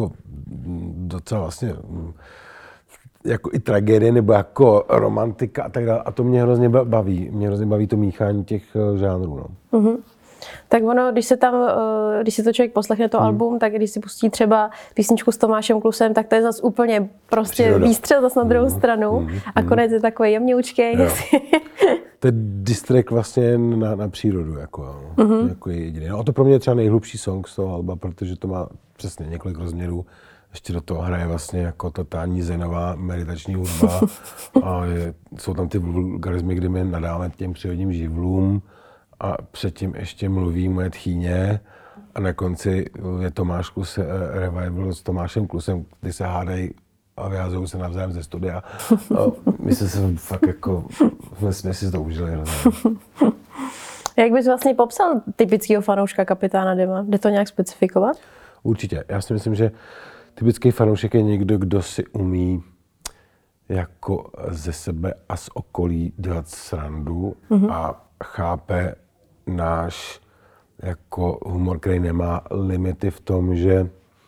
B: docela vlastně jako i tragédie nebo jako romantika a tak dále. A to mě hrozně baví. Mě hrozně baví to míchání těch žánrů, no.
A: Tak ono, když si to člověk poslechne to album, tak když si pustí třeba písničku s Tomášem Klusem, tak to je zase úplně prostě výstřel zase na druhou stranu a konec je takový jemňoučkej.
B: To je distrek vlastně na přírodu, jako jediný. No, a to pro mě je třeba nejhlubší song z toho alba, protože to má přesně několik rozměrů. Ještě do toho hraje vlastně jako totální zenová meditační hudba a jsou tam ty vulgarizmy, kdy my nadáme těm přírodním živlům. A předtím ještě mluví moje tchýně a na konci je Tomáš Klus revival s Tomášem Klusem, kdy se hádají a vyházejí se navzájem ze studia. My jsme se fakt jako, jsme si to užili.
A: Jak bys vlastně popsal typického fanouška Kapitána Dema? Jde to nějak specifikovat?
B: Určitě. Já si myslím, že typický fanoušek je někdo, kdo si umí jako ze sebe a z okolí dělat srandu a chápe náš jako humor, který nemá limity v tom, že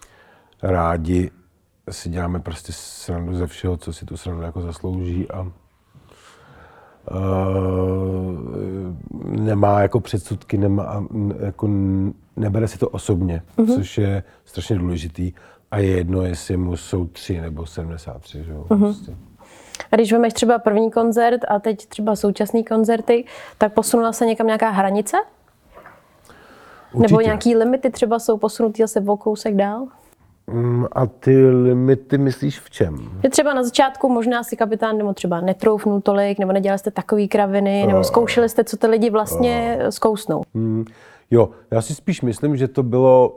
B: rádi si děláme prostě srandu ze všeho, co si tu srandu jako zaslouží nemá jako předsudky, jako nebere si to osobně, což je strašně důležitý. A je jedno, jestli mu jsou 3 nebo 73. Že? Prostě.
A: A když vemeš třeba první koncert a teď třeba současný koncerty, tak posunula se někam nějaká hranice?
B: Určitě.
A: Nebo nějaký limity třeba jsou posunutý zase o kousek dál?
B: A ty limity myslíš v čem?
A: Že třeba na začátku možná si kapitán nebo třeba netroufnul tolik, nebo nedělali jste takový kraviny, nebo zkoušeli jste, co ty lidi vlastně zkousnou.
B: Jo, já si spíš myslím, že to bylo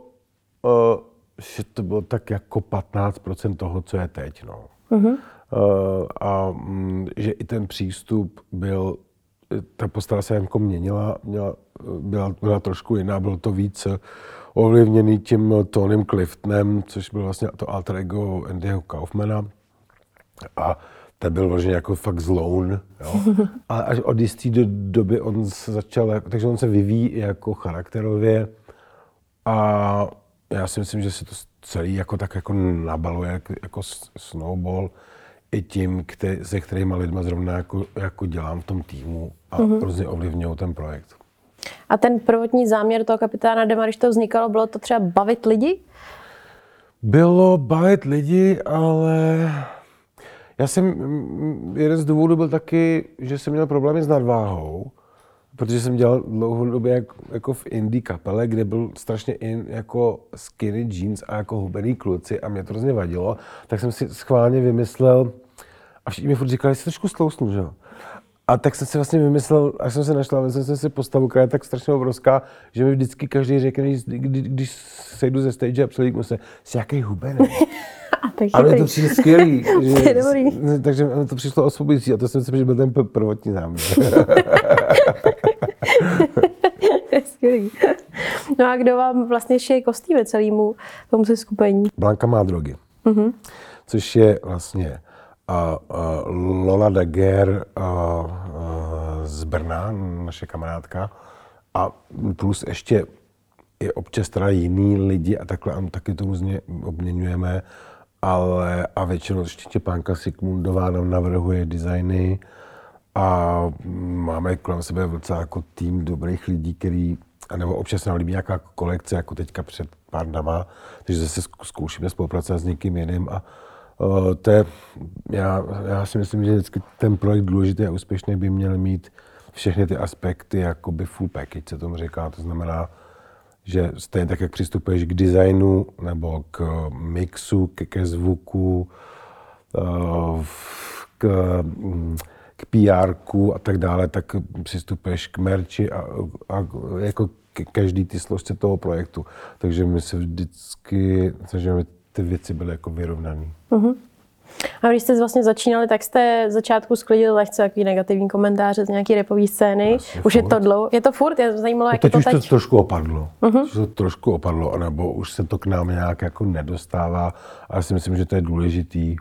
B: tak jako 15% toho, co je teď. No. Že i ten přístup byl, ta postava se jako měnila, byla trošku jiná, bylo to víc ovlivněný tím Tonym Cliftonem, což byl vlastně to alter ego Andyho Kaufmana. A ten byl vlastně jako fakt zloun. Jo? A až od jisté doby on se začal, takže on se vyvíjí jako charakterově. A já si myslím, že se to celý jako tak jako nabaluje jako snowball i tím, se kterýma lidma zrovna jako dělám v tom týmu a hrozně ovlivňují ten projekt.
A: A ten prvotní záměr toho kapitána Dema, když to vznikalo, bylo to třeba bavit lidi?
B: Bylo bavit lidi, ale jeden z důvodů byl taky, že jsem měl problémy s nadváhou, protože jsem dělal dlouhodobě jako v indie kapele, kde byl strašně jako skinny jeans a jako hubený kluci a mě to hrozně vadilo, tak jsem si schválně vymyslel, a všichni mi furt říkali, že jsi trošku stlousnul, že jo? A tak jsem si vlastně vymyslel, až jsem se našla, myslím jsem si postavu, která je tak strašně obrovská, že mi vždycky každý řekne, když sejdu ze stage a přelíknu se, jsi jaký hubený. A mě to přijde skvělý. Takže mi to přišlo osvobodující a to si myslím, že byl ten prvotní záměr.
A: Skvělý. No a kdo vám vlastně šije kostýmy celému tomu seskupení?
B: Blanka má drogy, což je vlastně Lola Daguerre z Brna, naše kamarádka, a plus ještě je občas teda jiný lidi a takhle, a taky to různě obměňujeme, a většinou ještě pánka Sigmundová nám navrhuje designy a máme kolem sebe docela jako tým dobrých lidí, který, anebo občas se nám líbí nějaká kolekce, jako teďka před pár dnama, takže zase zkoušíme spolupracovat s někým jiným a já si myslím, že vždycky ten projekt důležitý a úspěšný by měl mít všechny ty aspekty, jakoby full package se tomu říká, to znamená, že stejně tak, jak přistupuješ k designu nebo k mixu, ke zvuku, k PR-ku a tak dále, tak přistupuješ k merči a jako každý ty složce toho projektu. Takže my se vždycky snažíme, ty věci byly jako vyrovnaný.
A: A když jste vlastně začínali, tak jste začátku sklidili lehce takový negativní komentáře z nějaký rapový scény. Už je to dlouho. Je to furt? Je to zajímalo, jak
B: teď
A: je to
B: teď?
A: teď?
B: Už to trošku opadlo. Už to trošku opadlo, anebo už se to k nám nějak jako nedostává. A já si myslím, že to je důležitý.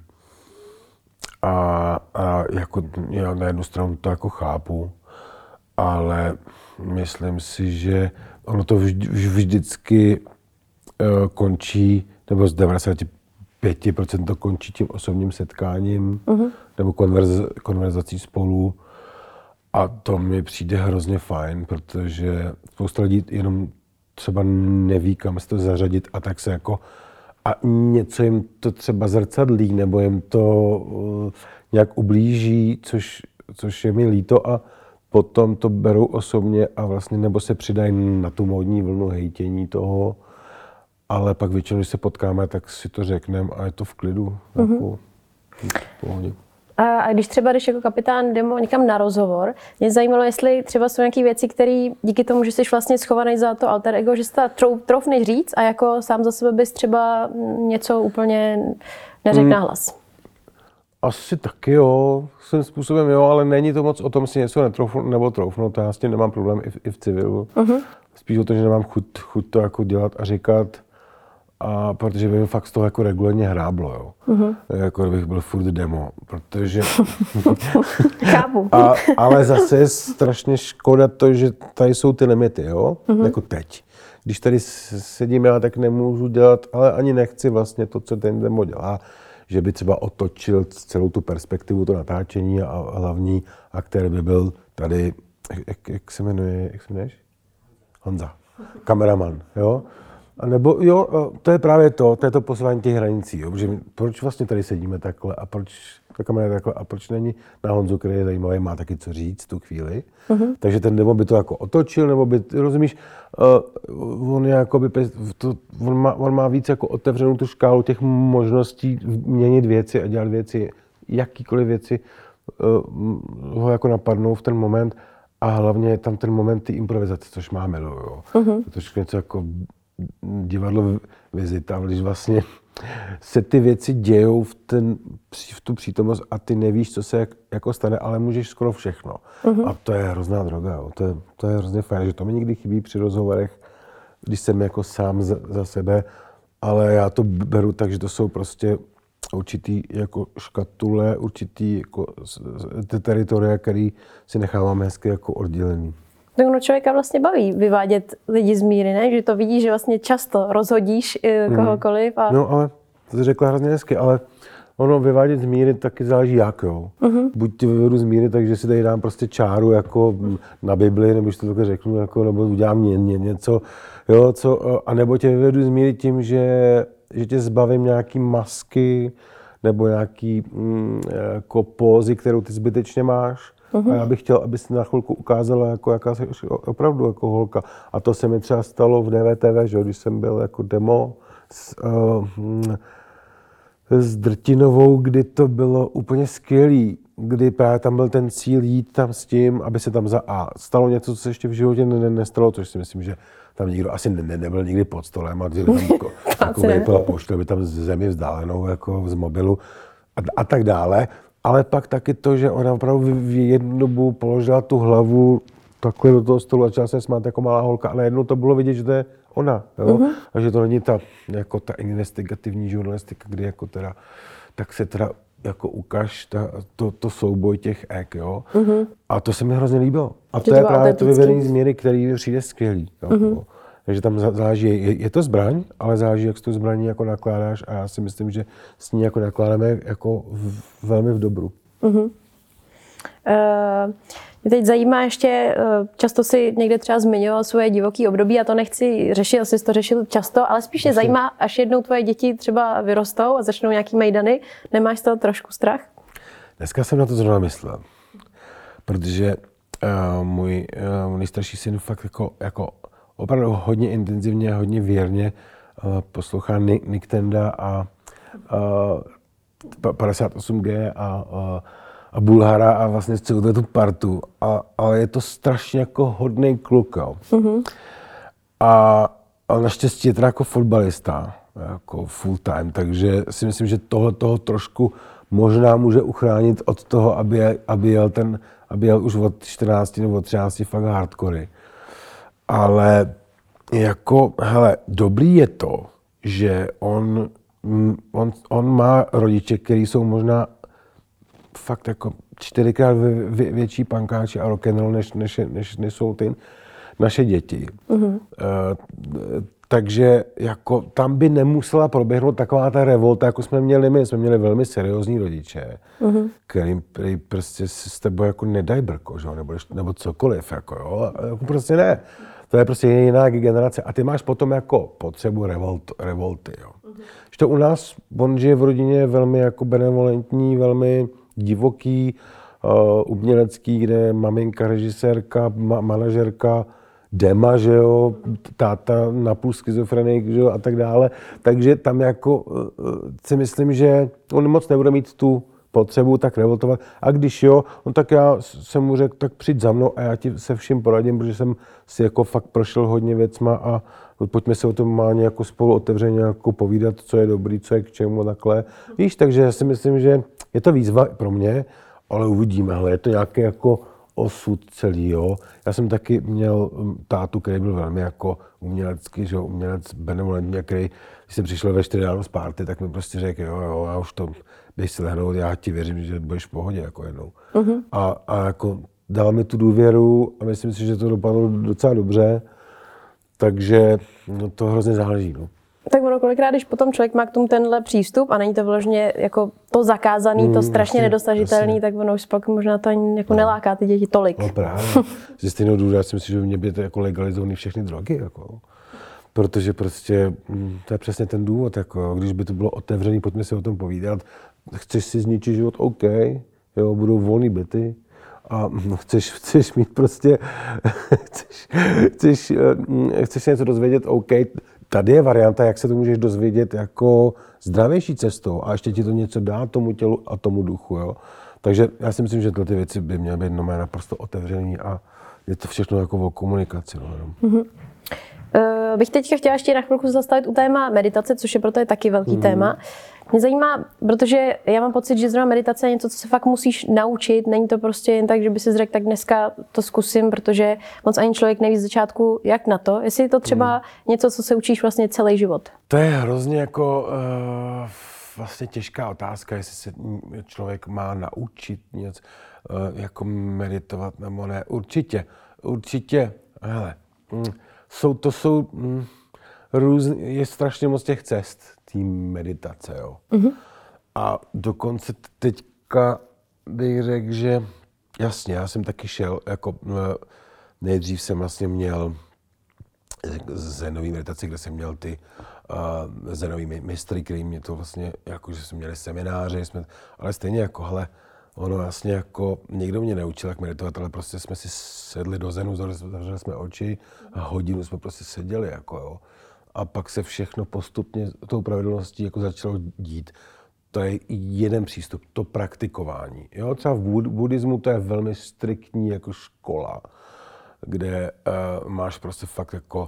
B: A jako já na jednu stranu to jako chápu, ale myslím si, že ono to vždycky končí, nebo z 95% to končí tím osobním setkáním nebo konverzací spolu. A to mi přijde hrozně fajn, protože spousta lidí jenom třeba neví, kam se to zařadit a tak se jako a něco jim to třeba zrcadlí nebo jim to nějak ublíží, což je mi líto a potom to berou osobně a vlastně nebo se přidají na tu módní vlnu hejtění toho, ale pak většinou, když se potkáme, tak si to řekneme a je to v klidu. Jako, v pohodě.
A: A když třeba jdeš jako kapitán Demo někam na rozhovor, mě zajímalo, jestli třeba jsou nějaké věci, které díky tomu, že jsi vlastně schovaný za to alter ego, že jsi to troufneš říct a jako sám za sebe bys třeba něco úplně neřekl nahlas.
B: Asi taky jo, svým způsobem jo, ale není to moc o tom si něco netroufnout nebo troufnout, já s tím nemám problém i v civilu. Spíš o to, že nemám chuť to jako dělat a říkat, a protože by mi fakt z toho jako regulérně hráblo, jo. Jako kdybych byl furt demo, protože...
A: Chápu.
B: Ale zase je strašně škoda to, že tady jsou ty limity, jo, jako teď. Když tady sedím já, tak nemůžu dělat, ale ani nechci vlastně to, co ten demo dělá, že by třeba otočil celou tu perspektivu, to natáčení a hlavní aktér by byl tady, jak se jmenuješ? Honza, kameraman, jo? A nebo jo, to je právě to je to posouvání těch hranicí, jo? Protože proč vlastně tady sedíme takhle a proč ta kamera je takhle a proč není na Honzu, který je zajímavý, má taky co říct tu chvíli. Takže ten nebo by to jako otočil, nebo by, rozumíš, on je jako by, on má víc jako otevřenou tu škálu těch možností měnit věci a dělat věci, jakýkoliv věci ho jako napadnou v ten moment. A hlavně je tam ten moment ty improvizace, což má miluju, jo. To trošku něco jako divadlo Vizita, když vlastně se ty věci dějou v tu přítomnost a ty nevíš, co se jako stane, ale můžeš skoro všechno. A to je hrozná droga, jo. To je hrozně fajn, že to mi někdy chybí při rozhovorech, když jsem jako sám za sebe, ale já to beru tak, že to jsou prostě určitý jako škatule, určitý jako teritoria, který si necháváme hezky jako oddělený.
A: Tak ono člověka vlastně baví vyvádět lidi z míry, ne? Že to vidíš, že vlastně často rozhodíš kohokoliv. A...
B: No ale, to jsi řekla hrozně hezky, ale ono vyvádět z míry taky záleží jak, jo. Buď ti vyvedu z míry, takže si tady dám prostě čáru jako na Bibli, nebo když to takhle řeknu, jako, nebo udělám něco, jo, a nebo tě vyvedu z míry tím, že tě zbavím nějaký masky nebo nějaký jako pózy, kterou ty zbytečně máš. A já bych chtěl, aby si na chvilku ukázala, jako, jaká jsi opravdu jako holka. A to se mi třeba stalo v DVTV, že, když jsem byl jako demo s Drtinovou, kdy to bylo úplně skvělý. Kdy právě tam byl ten cíl jít tam s tím, aby se tam stalo něco, co se ještě v životě nestalo, což si myslím, že tam nikdo asi nebyl nikdy pod stolem a že tam jako poštěl by tam zemi vzdálenou jako z mobilu a tak dále. Ale pak taky to, že ona opravdu v jednu dobu položila tu hlavu takhle do toho stolu a začala se smát jako malá holka, ale jednou to bylo vidět, že to je ona, jo? A že to není ta investigativní žurnalistika, kdy jako teda, tak se teda jako ukaž to souboj těch ek, jo? A to se mi hrozně líbilo. A to je právě to vyvedení z míry, který mi přijde skvělý. Jo? Takže tam záleží, je to zbraň, ale záleží, jak s tou zbraní jako nakládáš a já si myslím, že s ní jako nakládáme jako velmi v dobru.
A: Mě teď zajímá ještě, často si někde třeba zmiňoval svoje divoký období a to nechci řešit, asi jsi to řešil často, ale spíš mě zajímá, až jednou tvoje děti třeba vyrostou a začnou nějaký mejdany, nemáš z toho trošku strach?
B: Dneska jsem na to zrovna myslel, protože můj nejstarší syn fakt jako opravdu hodně intenzivně, hodně věrně poslouchá Nick Tenda a 58G a Bulhara a vlastně celou tu partu. Ale je to strašně jako hodnej kluk. A naštěstí je teda jako fotbalista, jako full time, takže si myslím, že toho trošku možná může uchránit od toho, aby jel už od 14 nebo od 13 fakt hardcory. Ale jako, hele, dobrý je to, že on má rodiče, kteří jsou možná fakt jako 4krát větší pankáči a rock'n'roll, než jsou ty naše děti. Takže jako tam by nemusela proběhnout taková ta revolta, jako jsme měli my. Jsme měli velmi seriózní rodiče, který prostě s tebou jako nedaj brko, že? Nebo cokoliv, jako, jo? Jako prostě ne. To je prostě jiná generace. A ty máš potom jako potřebu revolty. Jo. Že to u nás, on žije v rodině velmi jako benevolentní, velmi divoký, umělecký, kde je maminka, režisérka, manažerka, dema, že jo, táta napůl schizofrenik, že jo, a tak dále. Takže tam jako si myslím, že on moc nebude mít tu potřebu tak revoltovat. A když jo, no tak já jsem mu řekl, tak přijď za mnou a já ti se vším poradím, protože jsem si jako fakt prošel hodně věcma a pojďme se o tom má jako spolu otevřeně jako povídat, co je dobrý, co je k čemu takhle. Víš, takže já si myslím, že je to výzva pro mě, ale uvidíme, hele, je to nějaký jako osud celý, jo. Já jsem taky měl tátu, který byl velmi jako umělecký, že jo, umělec benevolentní, který, když jsem přišel ve 4 ráno z party, tak mi prostě řekl, jo, já už to běž si lehnout, já ti věřím, že budeš v pohodě jako jednou. A jako dal mi tu důvěru a myslím si, že to dopadlo docela dobře, takže no, to hrozně záleží, no.
A: Tak ono kolikrát, když potom člověk má k tomu tenhle přístup a není to vyloženě jako to zakázaný, to strašně nedosažitelný, tak ono už pak možná to ani jako neláká ty děti tolik.
B: No právě. Ze stejného důvodu já si myslím, že by mě by to jako legalizovaný všechny drogy. Jako. Protože prostě to je přesně ten důvod. Jako, když by to bylo otevřený, pojďme si o tom povídat. Chceš si zničit život? OK. Jo, budou volný byty. A chceš mít prostě, chceš něco dozvědět? OK. Tady je varianta, jak se to můžeš dozvědět jako zdravější cestou a ještě ti to něco dá tomu tělu a tomu duchu. Jo? Takže já si myslím, že tyhle ty věci by měly být naprosto otevřený a je to všechno jako o komunikaci. No.
A: Bych teďka chtěla ještě na chvilku zastavit u téma meditace, což je proto je taky velký téma. Mě zajímá, protože já mám pocit, že zrovna meditace je něco, co se fakt musíš naučit. Není to prostě jen tak, že by si řekl, tak dneska to zkusím, protože moc ani člověk neví z začátku, jak na to. Jestli je to třeba něco, co se učíš vlastně celý život.
B: To je hrozně jako vlastně těžká otázka, jestli se člověk má naučit něco jako meditovat nebo ne. Určitě, hele, je strašně moc těch cest té meditace, jo. A dokonce teďka bych řekl, že jasně, já jsem taky šel, jako nejdřív jsem vlastně měl zenový meditaci, kde jsem měl ty zenový mistry, který mě to vlastně, jako že jsme měli semináře, ale stejně jako, hele, ono vlastně jako, někdo mě neučil, jak meditovat, ale prostě jsme si sedli do zenu, zavřeli jsme oči a hodinu jsme prostě seděli, jako jo. A pak se všechno postupně tou pravidelností jako začalo dít. To je jeden přístup, to praktikování. Jo, třeba v buddhismu to je velmi striktní jako škola, kde máš prostě fakt jako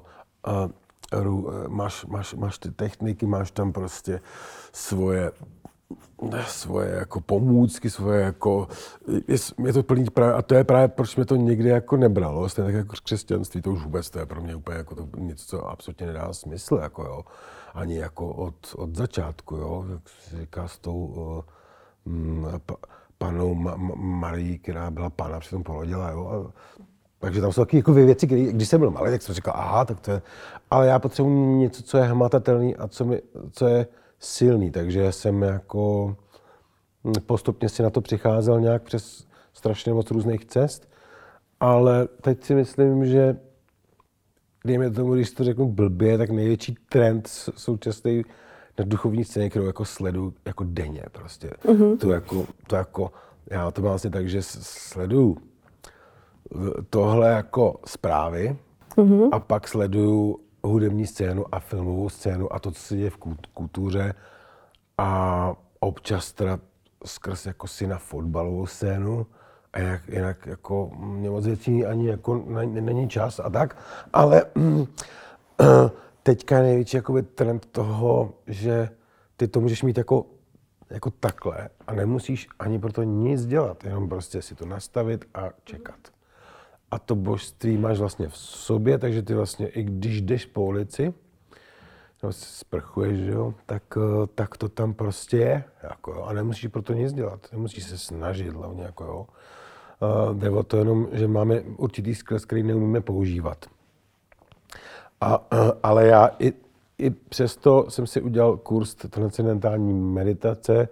B: máš ty techniky, máš tam prostě svoje jako pomůcky, svoje jako, je to plný právě, a to je právě, proč mě to někdy jako nebralo, stejně tak jako křesťanství, to už vůbec, to je pro mě úplně jako to něco, co absolutně nedá smysl, jako jo, ani jako od začátku, jo, jak se říká s tou panou Marií, která byla pána přitom porodila, jo, takže tam jsou taky jako věci, které, když jsem byl malý, tak jsem říkal, aha, tak to je, ale já potřebuji něco, co je hmatatelný a co je silný, takže jsem jako postupně si na to přicházel nějak přes strašně moc různých cest, ale teď si myslím, že dejme tomu, když to řeknu blbě, tak největší trend současný na duchovní scéně, kterou jako sleduju jako denně prostě. To jako, já to mám vlastně tak, že sleduju tohle jako zprávy a pak sleduju hudební scénu a filmovou scénu a to, co se děje v kultuře a občas teda skrz jako si na fotbalovou scénu a jinak jako mě moc věcí ani jako není čas a tak, ale teďka je největší jakoby trend toho, že ty to můžeš mít jako takhle a nemusíš ani pro to nic dělat, jenom prostě si to nastavit a čekat. A to božství máš vlastně v sobě, takže ty vlastně, i když jdeš po ulici, nebo si sprchuješ, jo, tak to tam prostě je. Jako, jo, a nemusíš pro to nic dělat, nemusíš se snažit hlavně. Jako, jo. Jde o to jenom, že máme určitý skills, který neumíme používat. Ale já i přesto jsem si udělal kurz transcendentální meditace,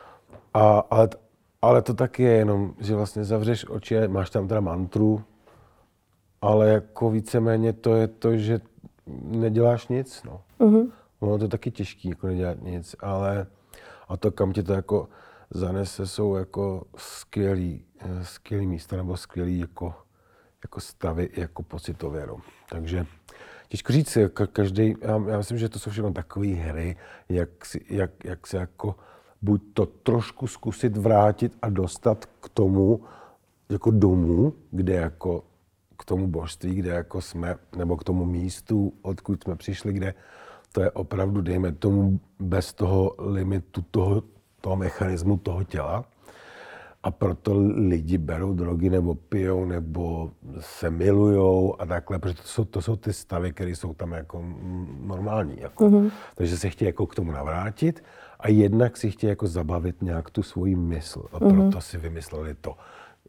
B: ale to taky je jenom, že vlastně zavřeš oči, máš tam teda mantru, ale jako víceméně to je to, že neděláš nic, no. Ono to je taky těžký, jako nedělat nic, ale a to, kam tě to jako zanese, jsou jako skvělý místa nebo skvělý jako stavy, jako pocitově, no. Takže těžko říct, každý, já myslím, že to jsou všechno takové hry, jak se jako buď to trošku zkusit vrátit a dostat k tomu, jako domů, kde jako k tomu božství, kde jako jsme, nebo k tomu místu, odkud jsme přišli, kde to je opravdu, dejme tomu, bez toho limitu, toho mechanismu, toho těla. A proto lidi berou drogy, nebo pijou, nebo se milujou a takhle, protože to jsou ty stavy, které jsou tam jako normální. Jako. Takže se chtějí jako k tomu navrátit a jednak si chtějí jako zabavit nějak tu svoji mysl. A proto si vymysleli to.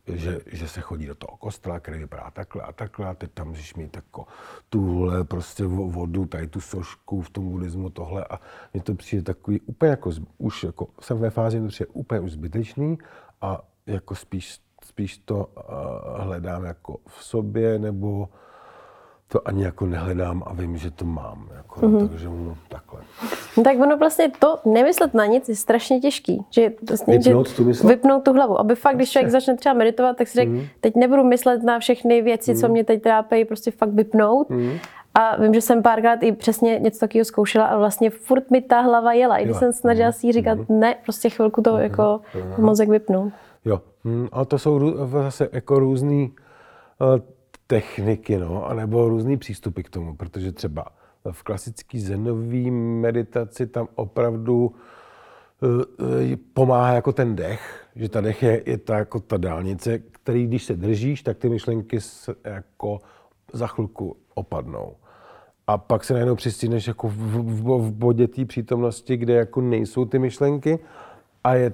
B: že se chodí do toho kostela, který vypadá takhle a teď tam můžeš mít jako tuhle prostě vodu, tady tu sošku v tom buddhismu, tohle a mně to přijde takový úplně jako, už jako jsem ve fázi, to přijde úplně už zbytečný a jako spíš to hledám jako v sobě, nebo to ani jako nehledám a vím, že to mám, jako, takže takhle.
A: No tak ono vlastně to nemyslet na nic je strašně těžký. Že vlastně, vypnout tu hlavu. Aby fakt, když člověk začne třeba meditovat, tak si řekl, teď nebudu myslet na všechny věci, co mě teď trápí, prostě fakt vypnout. A vím, že jsem párkrát i přesně něco takového zkoušela, ale vlastně furt mi ta hlava jela. I když jsem snažila si říkat, ne, prostě chvilku to jako mozek vypnout.
B: Jo, a to jsou zase jako různý techniky, no, anebo různý přístupy k tomu, protože třeba v klasické zenové meditaci tam opravdu pomáhá jako ten dech, že ta dech je ta, jako ta dálnice, který když se držíš, tak ty myšlenky jako za chvilku opadnou. A pak se najednou přistíneš jako v bodě té přítomnosti, kde jako nejsou ty myšlenky a je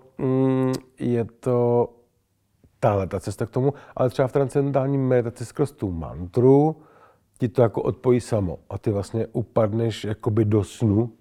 B: to tahle ta cesta k tomu, ale třeba v transcendentální meditaci skrz tu mantru ti to jako odpojí samo a ty vlastně upadneš jakoby do snu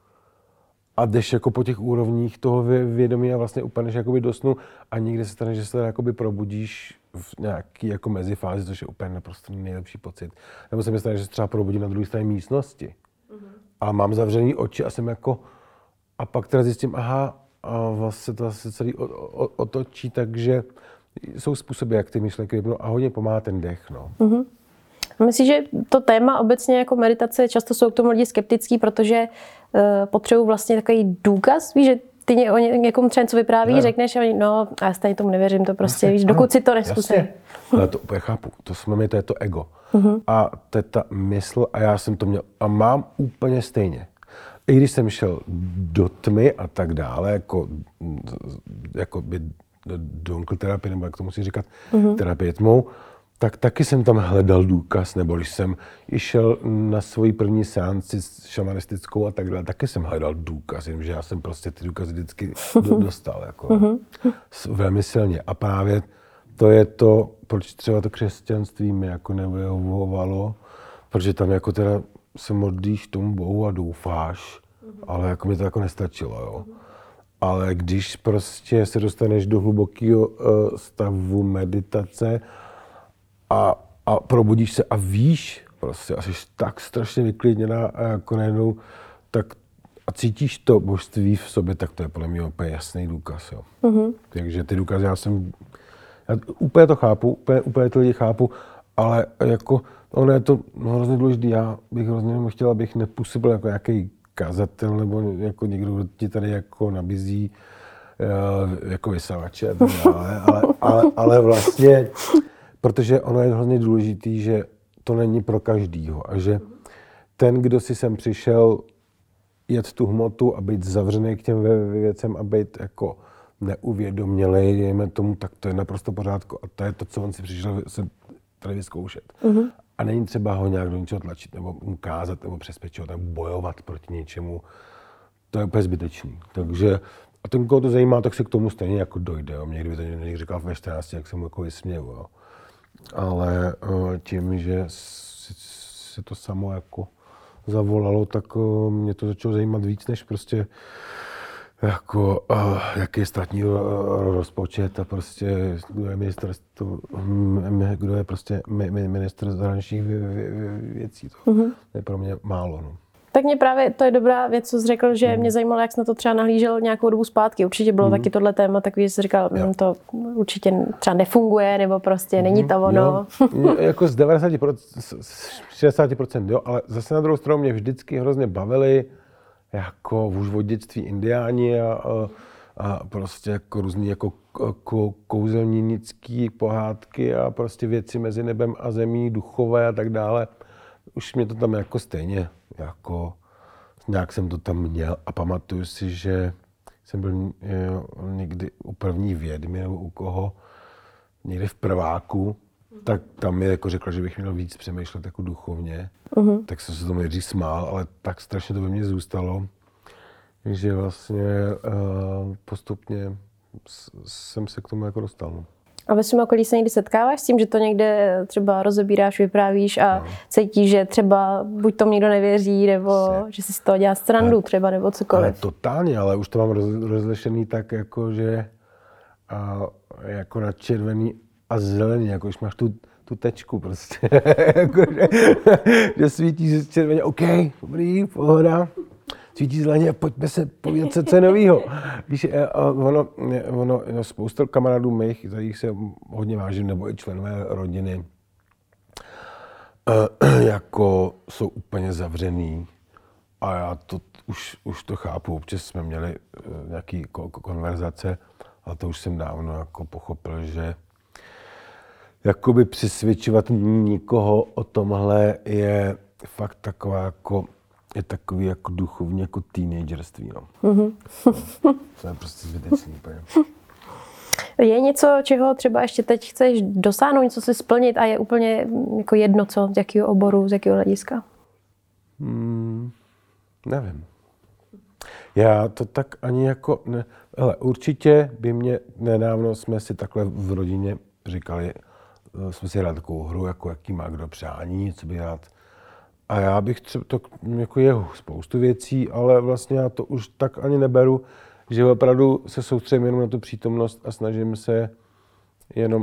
B: a jdeš jako po těch úrovních toho vědomí a vlastně upadneš jakoby do snu a někde se stane, že se jakoby probudíš v nějaký jako mezifázi, což je úplně naprosto nejlepší pocit. Nebo se mi stane, že se třeba probudím na druhé straně místnosti a mám zavřený oči a jsem jako a pak teda zjistím, aha, a vlastně to se celý otočí, takže jsou způsoby, jak ty myšlenky vypnou a hodně pomáhá ten dech, no.
A: Myslím, že to téma obecně jako meditace, často jsou k tomu lidi skeptický, protože potřebují vlastně takový důkaz, víš, že ty o někom třeba něco vypráví, řekneš a oni, no, a já stejně tomu nevěřím, to prostě, víš, dokud si to neskusí.
B: Ale to úplně chápu, to je to ego. A to je ta mysl a já jsem to měl a mám úplně stejně. I když jsem šel do tmy a tak dále, jako by donkl terapie, nebo jak to musí říkat, terapie tmou, tak taky jsem tam hledal důkaz, nebo když jsem šel na svoji první seanci šamanistickou a tak dále, taky jsem hledal důkaz, jenomže já jsem prostě ty důkazy vždycky dostal, jako velmi silně. A právě to je to, proč třeba to křesťanství mi jako nevyhovovalo, protože tam jako teda se modlíš tomu Bohu a doufáš, ale jako mi to jako nestačilo, jo. Ale když prostě se dostaneš do hlubokého stavu meditace a probudíš se a víš prostě a jsi tak strašně vyklidněná a jako najednou tak a cítíš to božství v sobě, tak to je podle mě úplně jasný důkaz, jo. Takže ty důkazy já úplně to chápu, úplně to lidi chápu, ale jako ono je to hrozně důležité, já bych hrozně chtěl, abych nepůsobil jako nějaký kazatel nebo jako někdo, kdo ti tady jako nabízí jako vysavače, ale vlastně, protože ono je hrozně důležitý, že to není pro každýho a že ten, kdo si sem přišel jet tu hmotu a být zavřený k těm věcem a být jako neuvědomělej, dejme tomu, tak to je naprosto pořádku a to je to, co on si přišel se tady vyzkoušet. A není třeba ho nějak do něčeho tlačit, nebo ukázat, nebo přesvědčovat, nebo bojovat proti něčemu. To je úplně zbytečný. Takže, a ten, koho to zajímá, tak se k tomu stejně jako dojde. Jo. Mě kdyby to někdo říkal ve 14, jak se mu jako vysměju. Jo. Ale tím, že se to samo jako zavolalo, tak mě to začalo zajímat víc, než prostě jako, jaký je státní rozpočet a prostě kdo je prostě ministr zahraničních věcí. To je pro mě málo. No.
A: Tak mě právě to je dobrá věc, co jsi řekl, že mě zajímalo, jak jsi na to třeba nahlížel nějakou dobu zpátky. Určitě bylo taky tohle téma, takový, že jsi říkal, to určitě třeba nefunguje, nebo prostě není to ono.
B: Jo, jako z 60%, jo, ale zase na druhou stranu mě vždycky hrozně bavili jako už od dětství indiáni a prostě jako různý jako kouzelnínický pohádky a prostě věci mezi nebem a zemí, duchové a tak dále. Už mě to tam jako stejně, jako nějak jsem to tam měl a pamatuju si, že jsem byl někdy u první vědmy nebo u koho, někde v prváku, tak tam mi jako řekla, že bych měl víc přemýšlet jako duchovně. Tak jsem se tomu nejdřív smál, ale tak strašně to ve mně zůstalo, že vlastně postupně jsem se k tomu jako dostal.
A: A ve svém okolí se někdy setkáváš s tím, že to někde třeba rozebíráš, vyprávíš a cítíš, že třeba buď tomu někdo nevěří, nebo že si z toho dělá srandu třeba, nebo cokoliv.
B: Ale totálně, ale už to mám rozlišený tak, jako že jako na červený a zelený, jako už máš tu tečku prostě, jako, že svítí červeně, OK, dobrý, pohoda. Svítí zeleně, pojďme se povídat, co je novýho. Víš, ono, spousta kamarádů mých, kterých se hodně vážím, nebo i členové rodiny, jako jsou úplně zavřený. A já to už to chápu, občas jsme měli nějaký konverzace, ale to už jsem dávno jako pochopil, že jakoby přesvědčovat nikoho o tomhle je fakt taková jako je takový jako duchovní, jako teenagerství, no. To je prostě zbytečný úplně.
A: Je něco, čeho třeba ještě teď chceš dosáhnout, něco si splnit a je úplně jako jedno co, z jakého oboru, z jakého hlediska?
B: Nevím. Já to tak ani jako, ne, hele, určitě by mě, nedávno jsme si takhle v rodině říkali, jsme si hráli takovou hru, jako jaký má kdo přání, co by rád. A já bych třeba, to jako je spoustu věcí, ale vlastně já to už tak ani neberu, že opravdu se soustředím jenom na tu přítomnost a snažím se jenom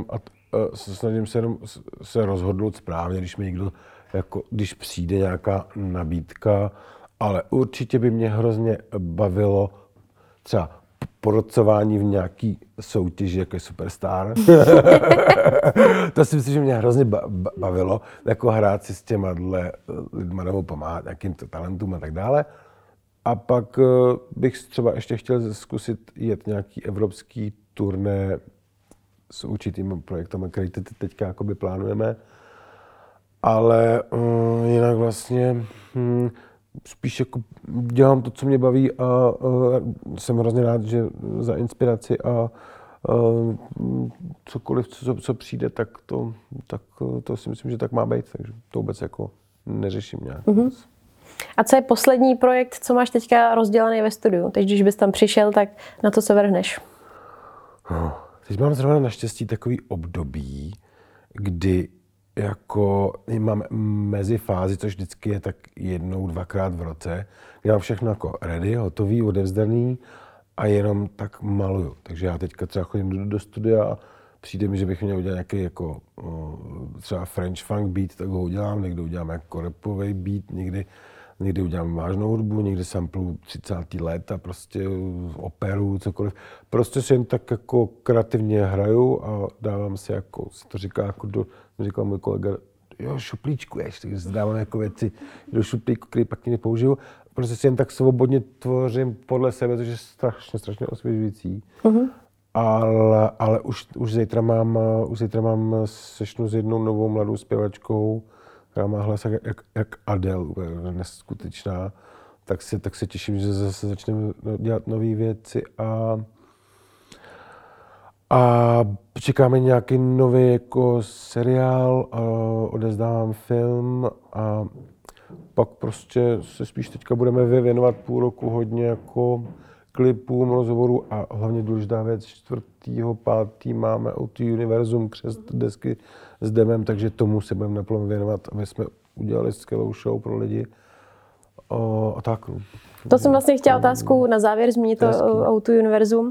B: se rozhodnout správně, když mi někdo, jako, když přijde nějaká nabídka, ale určitě by mě hrozně bavilo třeba porocování v nějaký soutěži, jako je Superstar. To si myslím, že mě hrozně bavilo, jako hrát si s těma lidma nebo pomáhat nějakým talentům a tak dále. A pak bych třeba ještě chtěl zkusit jet nějaký evropský turné s určitými projektami, které teďka jakoby plánujeme. Ale jinak vlastně spíš jako dělám to, co mě baví a jsem hrozně rád, že za inspiraci a cokoliv, co přijde, tak to si myslím, že tak má být, takže to vůbec jako neřeším nějak.
A: A co je poslední projekt, co máš teďka rozdělaný ve studiu? Teď, když bys tam přišel, tak na to se vrhneš?
B: Teď mám zrovna naštěstí takový období, kdy jako mám mezifázi, což vždycky je tak jednou, dvakrát v roce, kdy mám všechno jako ready, hotový, odevzdaný a jenom tak maluju. Takže já teďka třeba chodím do studia a přijde mi, že bych měl udělat nějaký jako třeba French funk beat, tak ho udělám, někdy udělám jako rapový beat, někdy udělám vážnou hudbu, někdy samplu 30. let a prostě operu, cokoliv. Prostě si jen tak jako kreativně hraju a dávám si jako, se to říká jako říkal můj kolega, šuplíčkuješ, takže dávám jako věci do šuplíku, který pak někdy použiju. Prostě si jen tak svobodně tvořím podle sebe, což je strašně osvěžující. Ale už zítra mám sešnu s jednou novou mladou zpěvačkou, která má hlas jak Adele, neskutečná, tak se těším, že zase začneme dělat nové věci a čekáme nějaký nový jako seriál, odezdávám film a pak prostě se spíš teďka budeme věnovat půl roku hodně jako klipům, rozhovorů a hlavně důležitá věc, 4.5. máme O2 Univerzum přes desky s Demem, takže tomu se budeme naplno věnovat, aby jsme udělali skvělou show pro lidi. A tak.
A: To jsem vlastně chtěla otázku na závěr zmínit to O2 Univerzum.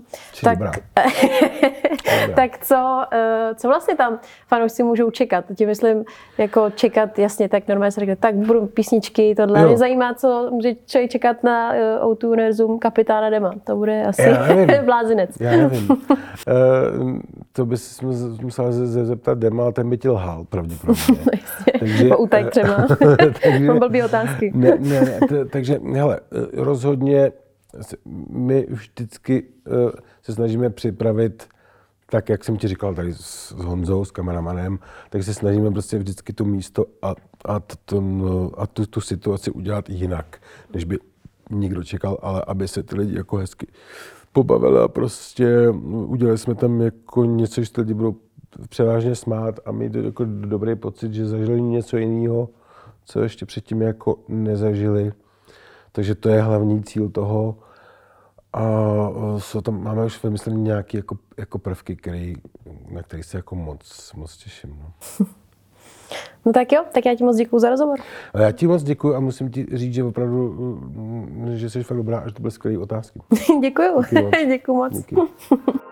A: Tak co vlastně tam fanoušci můžou čekat? Tím myslím, jako čekat, jasně, tak normálně se řekne, tak budou písničky, tohle. Mě zajímá, co může člověk čekat na O2 Univerzum Kapitána Dema. To bude asi blázinec.
B: Já nevím. To by se musela zeptat Dema, ale ten by ti lhal pravděpodobně.
A: Takže utaj třeba. Mám blbý otázky.
B: Takže hele, rozhodně my vždycky se snažíme připravit, tak jak jsem ti říkal tady s Honzou, s kameramanem, tak se snažíme prostě vždycky to místo a tu situaci udělat jinak, než by nikdo čekal, ale aby se ty lidi jako hezky pobavili a prostě udělali jsme tam jako něco, že ty lidi budou převážně smát a mít jako dobrý pocit, že zažili něco jiného, co ještě předtím jako nezažili. Takže to je hlavní cíl toho. máme už vymyslené nějaké jako prvky, na které se jako moc těším. No.
A: No tak jo, tak já ti moc děkuju za rozhovor.
B: A já ti moc děkuju a musím ti říct, že opravdu, že jsi fakt dobrá a že to byly skvělé otázky.
A: Děkuju. Děkuju moc.
B: Díky.